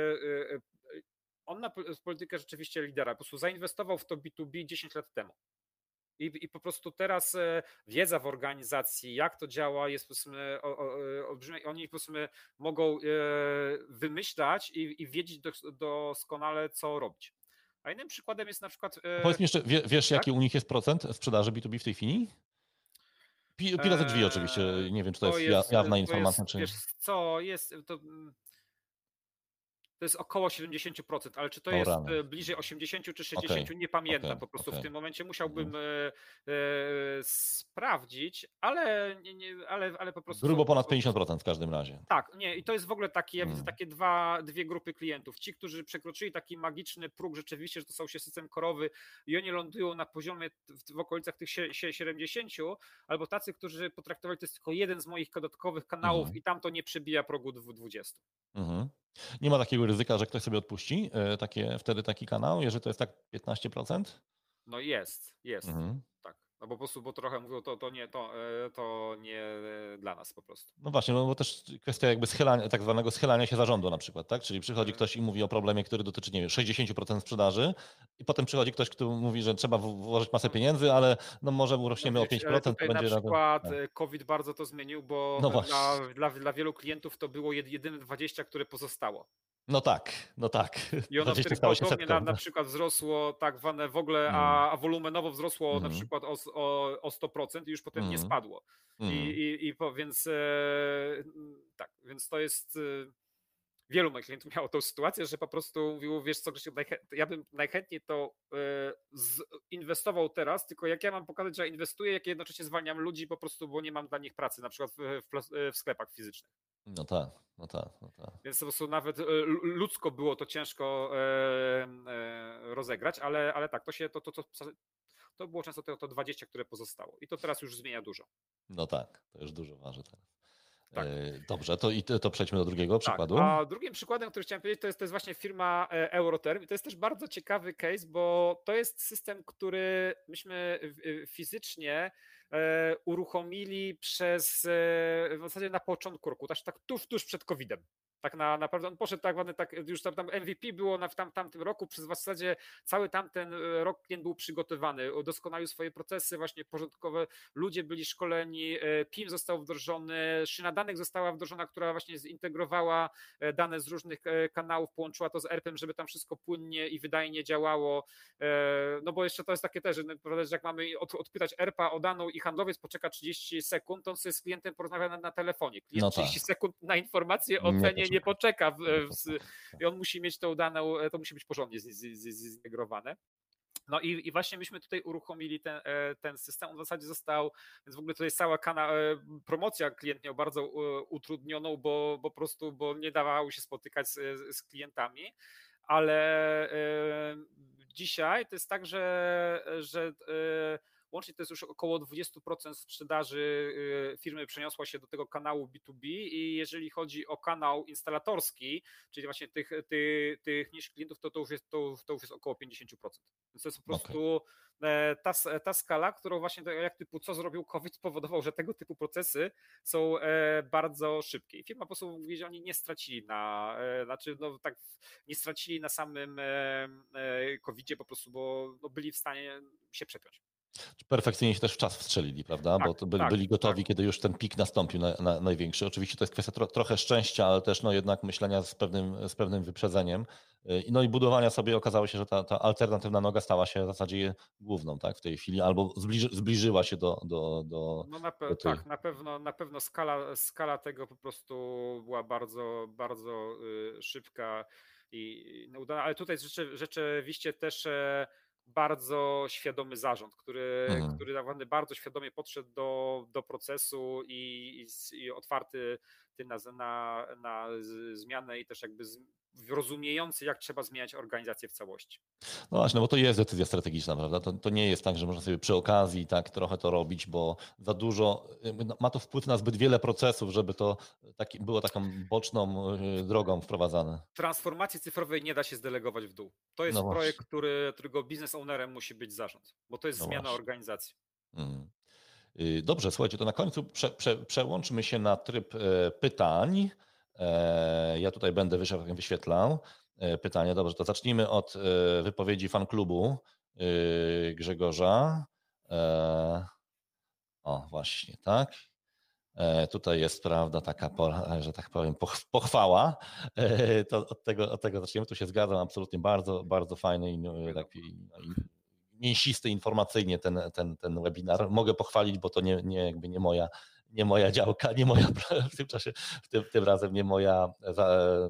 on na politykę rzeczywiście lidera, po prostu zainwestował w to B dwa B dziesięć lat temu. I, i po prostu teraz wiedza w organizacji, jak to działa, jest powiedzmy olbrzymia. Oni powiedzmy mogą wymyślać i, i wiedzieć doskonale, co robić. A innym przykładem jest na przykład... Powiedz mi jeszcze, wiesz, tak? Jaki u nich jest procent sprzedaży B dwa B w tej chwili? Pi, pi razy drzwi oczywiście, nie wiem, czy to, to jest, jest jawna informacja, jest, czy... Wiesz co, jest... To... To jest około siedemdziesiąt procent, ale czy to o, jest rany. bliżej osiemdziesiąt czy sześćdziesiąt, okay. nie pamiętam okay. po prostu okay. w tym momencie musiałbym mhm. e, e, sprawdzić, ale, nie, nie, ale, ale po prostu... Grubo ponad pięćdziesiąt procent w każdym razie. Tak, nie i to jest w ogóle takie, ja hmm. widzę takie dwa, dwie grupy klientów. Ci, którzy przekroczyli taki magiczny próg rzeczywiście, że to stał się system korowy i oni lądują na poziomie w, w okolicach tych siedemdziesięciu, albo tacy, którzy potraktowali to jest tylko jeden z moich dodatkowych kanałów hmm. i tam to nie przebija progu dwudziestu. Mhm. Nie ma takiego ryzyka, że ktoś sobie odpuści takie, wtedy taki kanał, jeżeli to jest tak piętnaście procent? No jest, jest, mhm. tak. No bo po prostu, bo trochę mówią, to, to, nie, to, to nie dla nas po prostu. No właśnie, no bo też kwestia jakby schylania, tak zwanego schylania się zarządu na przykład, tak? Czyli przychodzi ktoś i mówi o problemie, który dotyczy, nie wiem, sześćdziesiąt procent sprzedaży i potem przychodzi ktoś, kto mówi, że trzeba włożyć masę pieniędzy, ale no może urośniemy no, o pięć procent. To będzie na przykład radę... COVID bardzo to zmienił, bo no dla, dla, dla wielu klientów to było jedyne dwadzieścia, które pozostało. No tak, no tak. I ono wtedy gwałtownie na, na przykład wzrosło tak zwane w ogóle, mm. a, a wolumenowo wzrosło mm. na przykład o, o, o sto procent i już potem mm. nie spadło. Mm. I, i, i po, więc e, tak, więc to jest... E, wielu moich klientów miało tą sytuację, że po prostu mówiło, wiesz co, Grzesiu, ja bym najchętniej to inwestował teraz, tylko jak ja mam pokazać, że inwestuję, jak jednocześnie zwalniam ludzi po prostu, bo nie mam dla nich pracy, na przykład w, w, w sklepach fizycznych. No tak, no tak, no tak. Więc po prostu nawet ludzko było to ciężko rozegrać, ale, ale tak, to się, to, to, to, to było często to, to dwadzieścia, które pozostało i to teraz już zmienia dużo. No tak, to już dużo waży teraz. Tak. Dobrze, to, i to przejdźmy do drugiego przykładu. Tak, a drugim przykładem, który chciałem powiedzieć, to jest, to jest właśnie firma Euroterm i to jest też bardzo ciekawy case, bo to jest system, który myśmy fizycznie uruchomili przez w zasadzie na początku roku, tak tuż, tuż przed kowidem. Tak na, naprawdę on poszedł tak, tak już tam, tam M V P było na, w tam, tamtym roku, przez w zasadzie cały tamten rok klient był przygotowany, udoskonalił swoje procesy właśnie porządkowe, ludzie byli szkoleni, P I M został wdrożony, szyna danych została wdrożona, która właśnie zintegrowała dane z różnych kanałów, połączyła to z E R P-em, żeby tam wszystko płynnie i wydajnie działało, no bo jeszcze to jest takie też, że jak mamy od, odpytać E R P a o daną i handlowiec poczeka trzydzieści sekund, to on sobie z klientem porozmawia na, na telefonie. Klient No trzydzieści tak. sekund na informację o Nie cenie poczeka. nie poczeka w, Nie w, poczeka. i on musi mieć tą daną, to musi być porządnie zintegrowane. No i, i właśnie myśmy tutaj uruchomili ten, ten system, on w zasadzie został, więc w ogóle to jest cała kana, promocja klient miał bardzo utrudnioną, bo, bo po prostu, bo nie dawało się spotykać z, z klientami, ale dzisiaj to jest tak, że, że łącznie to jest już około dwadzieścia procent sprzedaży firmy przeniosła się do tego kanału B dwa B i jeżeli chodzi o kanał instalatorski, czyli właśnie tych, tych, tych niż klientów, to, to, już jest, to, to już jest około pięćdziesiąt procent. Więc to jest po prostu okay. ta, ta skala, którą właśnie jak typu co zrobił COVID spowodował, że tego typu procesy są bardzo szybkie. I firma po prostu mówi, że oni nie stracili na, znaczy no tak nie stracili na samym kowidzie po prostu, bo no byli w stanie się przepiąć. Perfekcyjnie się też w czas wstrzelili, prawda? Tak, bo to byli, tak, byli gotowi, tak. kiedy już ten pik nastąpił na, na, największy. Oczywiście to jest kwestia tro, trochę szczęścia, ale też no jednak myślenia z pewnym, z pewnym wyprzedzeniem. No i budowania sobie okazało się, że ta, ta alternatywna noga stała się w zasadzie główną, tak, w tej chwili, albo zbliży, zbliżyła się do, do, do, no na pe- do tej... Tak, na pewno, na pewno skala, skala tego po prostu była bardzo, bardzo y, szybka i no, udana, ale tutaj rzeczy, rzeczywiście też e, bardzo świadomy zarząd, który, Mhm. który naprawdę bardzo świadomie podszedł do, do procesu i, i, i otwarty na, na, na zmianę i też jakby z, rozumiejący, jak trzeba zmieniać organizację w całości. No właśnie, no bo to jest decyzja strategiczna, prawda? To, to nie jest tak, że można sobie przy okazji tak trochę to robić, bo za dużo, ma to wpływ na zbyt wiele procesów, żeby to taki, było taką boczną drogą wprowadzane. Transformacji cyfrowej nie da się zdelegować w dół. To jest No projekt, który, którego biznes ownerem musi być zarząd, bo to jest no zmiana właśnie. organizacji. Hmm. Dobrze, słuchajcie, to na końcu prze, prze, przełączmy się na tryb pytań. Ja tutaj będę wyświetlał pytania. Dobrze, to zacznijmy od wypowiedzi fanklubu Grzegorza. O, właśnie, tak. Tutaj jest, prawda, taka, że tak powiem, pochwała. To od tego, od tego zaczniemy. Tu się zgadzam, absolutnie bardzo, bardzo fajny i taki mięsisty informacyjnie ten, ten, ten webinar. Mogę pochwalić, bo to nie, nie, jakby nie moja, nie moja działka, nie moja w tym czasie, w tym, tym razem nie moja za, e,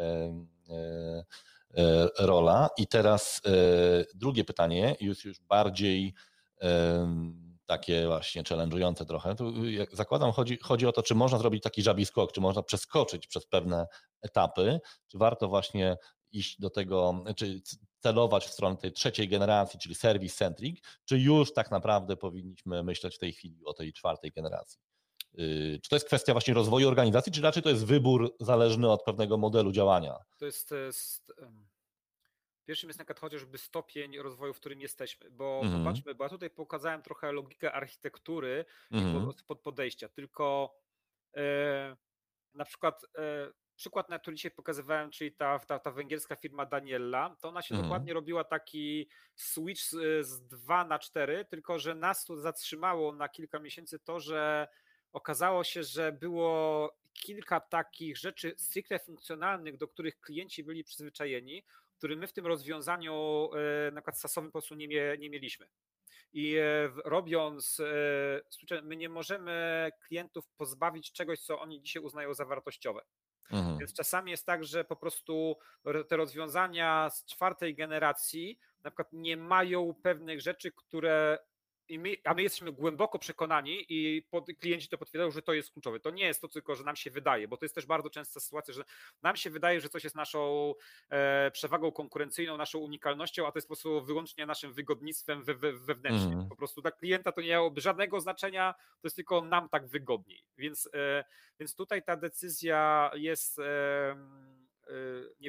e, e, rola. I teraz e, drugie pytanie, już, już bardziej e, takie właśnie challenge'ujące trochę. Tu, jak zakładam, chodzi, chodzi o to, czy można zrobić taki żabi skok, czy można przeskoczyć przez pewne etapy, czy warto właśnie iść do tego, czy celować w stronę tej trzeciej generacji, czyli service centric, czy już tak naprawdę powinniśmy myśleć w tej chwili o tej czwartej generacji? Czy to jest kwestia właśnie rozwoju organizacji, czy raczej to jest wybór zależny od pewnego modelu działania? To jest, to jest pierwszym jest na przykład chociażby stopień rozwoju, w którym jesteśmy, bo mm-hmm. popatrzmy, bo ja tutaj pokazałem trochę logikę architektury mm-hmm. i pod, podejścia, tylko e, na przykład e, przykład, na który dzisiaj pokazywałem, czyli ta, ta, ta węgierska firma Daniela, to ona się mm. dokładnie robiła taki switch z, z dwa na cztery, tylko że nas tu zatrzymało na kilka miesięcy to, że okazało się, że było kilka takich rzeczy stricte funkcjonalnych, do których klienci byli przyzwyczajeni, który my w tym rozwiązaniu na przykład sasowym po prostu nie, nie mieliśmy. I robiąc, my nie możemy klientów pozbawić czegoś, co oni dzisiaj uznają za wartościowe. Mhm. Więc czasami jest tak, że po prostu te rozwiązania z czwartej generacji na przykład nie mają pewnych rzeczy, które I my, a my jesteśmy głęboko przekonani i pod, klienci to potwierdzają, że to jest kluczowe. To nie jest to tylko, że nam się wydaje, bo to jest też bardzo częsta sytuacja, że nam się wydaje, że coś jest naszą e, przewagą konkurencyjną, naszą unikalnością, a to jest po prostu wyłącznie naszym wygodnictwem we, we, wewnętrznym. Mm. Po prostu dla klienta to nie miałoby żadnego znaczenia, to jest tylko nam tak wygodniej. Więc, e, więc tutaj ta decyzja jest... E, Nie,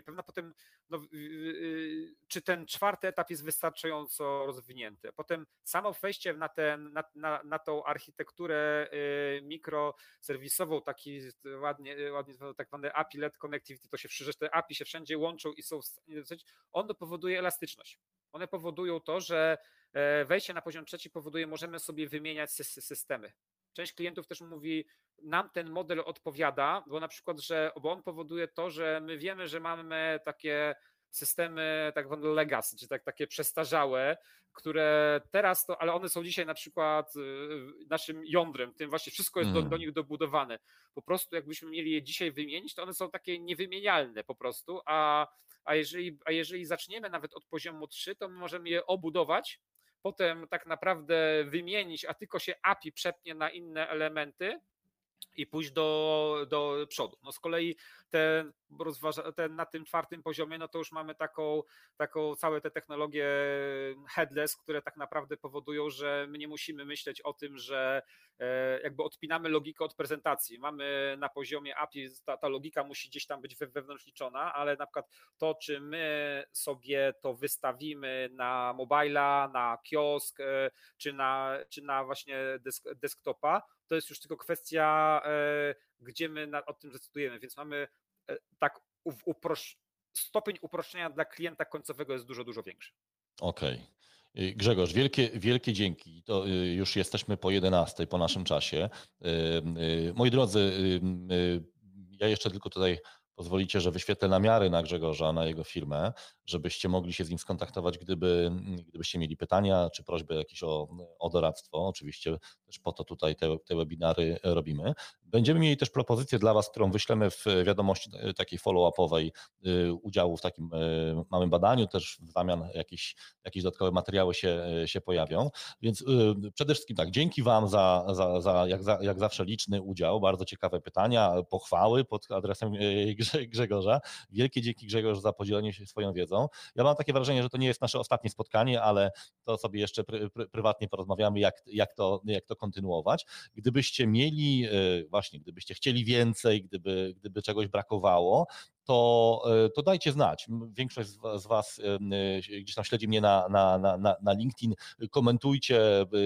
niepewna, potem no, czy ten czwarty etap jest wystarczająco rozwinięty. Potem samo wejście na, ten, na, na, na tą architekturę mikroserwisową, taki ładnie, ładnie tak zwany A P I-led connectivity, to się, że te A P I się wszędzie łączą i są w stanie, ono powoduje elastyczność. One powodują to, że wejście na poziom trzeci powoduje, możemy sobie wymieniać systemy. Część klientów też mówi, nam ten model odpowiada, bo na przykład, że bo on powoduje to, że my wiemy, że mamy takie systemy tak zwane legacy, czy tak, takie przestarzałe, które teraz to, ale one są dzisiaj na przykład naszym jądrem, tym właśnie wszystko jest hmm. do, do nich dobudowane. Po prostu jakbyśmy mieli je dzisiaj wymienić, to one są takie niewymienialne po prostu, a, a, jeżeli, a jeżeli zaczniemy nawet od poziomu trzy, to my możemy je obudować, potem tak naprawdę wymienić, a tylko się A P I przepnie na inne elementy i pójść do, do przodu. No z kolei te, rozważa, te na tym czwartym poziomie, no to już mamy taką, taką całe te technologie headless, które tak naprawdę powodują, że my nie musimy myśleć o tym, że jakby odpinamy logikę od prezentacji. Mamy na poziomie A P I, ta, ta logika musi gdzieś tam być wewnątrz liczona, ale na przykład to, czy my sobie to wystawimy na mobila, na kiosk, czy na, czy na właśnie desk, desktopa, to jest już tylko kwestia, gdzie my na, o tym decydujemy, więc mamy tak uprosz... stopień uproszczenia dla klienta końcowego jest dużo, dużo większy. Okej. Okay. Grzegorz, wielkie, wielkie dzięki. To już jesteśmy po jedenastej po naszym czasie. Moi drodzy, ja jeszcze tylko tutaj pozwolicie, że wyświetlę namiary na Grzegorza, na jego firmę, żebyście mogli się z nim skontaktować, gdyby, gdybyście mieli pytania czy prośby jakieś o, o doradztwo. Oczywiście też po to tutaj te, te webinary robimy. Będziemy mieli też propozycję dla Was, którą wyślemy w wiadomości takiej follow-upowej udziału w takim małym badaniu, też w zamian jakieś, jakieś dodatkowe materiały się, się pojawią. Więc przede wszystkim tak, dzięki Wam za, za, za, jak, za jak zawsze liczny udział, bardzo ciekawe pytania, pochwały pod adresem Grzegorza. Wielkie dzięki Grzegorz za podzielenie się swoją wiedzą. Ja mam takie wrażenie, że to nie jest nasze ostatnie spotkanie, ale to sobie jeszcze pry, pry, prywatnie porozmawiamy, jak, jak, to, jak to kontynuować. Gdybyście mieli, właśnie, gdybyście chcieli więcej, gdyby, gdyby czegoś brakowało, to, to dajcie znać. Większość z Was gdzieś tam śledzi mnie na, na, na, na LinkedIn, komentujcie.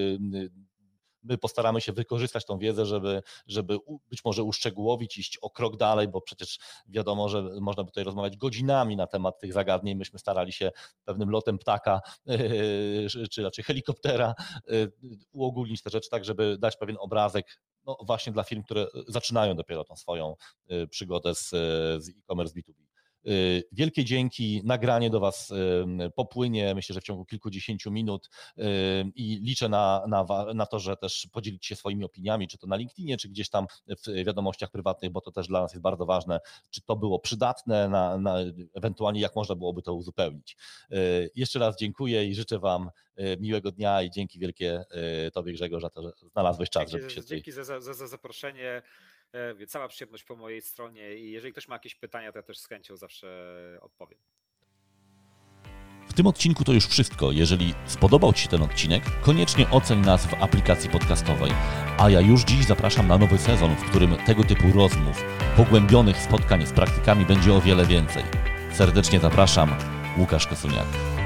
My postaramy się wykorzystać tą wiedzę, żeby, żeby być może uszczegółowić, iść o krok dalej, bo przecież wiadomo, że można by tutaj rozmawiać godzinami na temat tych zagadnień. Myśmy starali się pewnym lotem ptaka, czy raczej helikoptera uogólnić te rzeczy tak, żeby dać pewien obrazek, no właśnie dla firm, które zaczynają dopiero tą swoją przygodę z, z e-commerce B dwa B. Wielkie dzięki, nagranie do Was popłynie, myślę, że w ciągu kilkudziesięciu minut i liczę na, na, na to, że też podzielicie się swoimi opiniami, czy to na LinkedInie, czy gdzieś tam w wiadomościach prywatnych, bo to też dla nas jest bardzo ważne, czy to było przydatne, na, na, ewentualnie jak można byłoby to uzupełnić. Jeszcze raz dziękuję i życzę Wam miłego dnia i dzięki wielkie Tobie, Grzegorz, za to, że znalazłeś czas, dzięki, żeby się... Dzięki za, za, za zaproszenie. Cała przyjemność po mojej stronie i jeżeli ktoś ma jakieś pytania, to ja też z chęcią zawsze odpowiem. W tym odcinku to już wszystko. Jeżeli spodobał Ci się ten odcinek, koniecznie oceń nas w aplikacji podcastowej. A ja już dziś zapraszam na nowy sezon, w którym tego typu rozmów, pogłębionych spotkań z praktykami będzie o wiele więcej. Serdecznie zapraszam, Łukasz Kosuniak.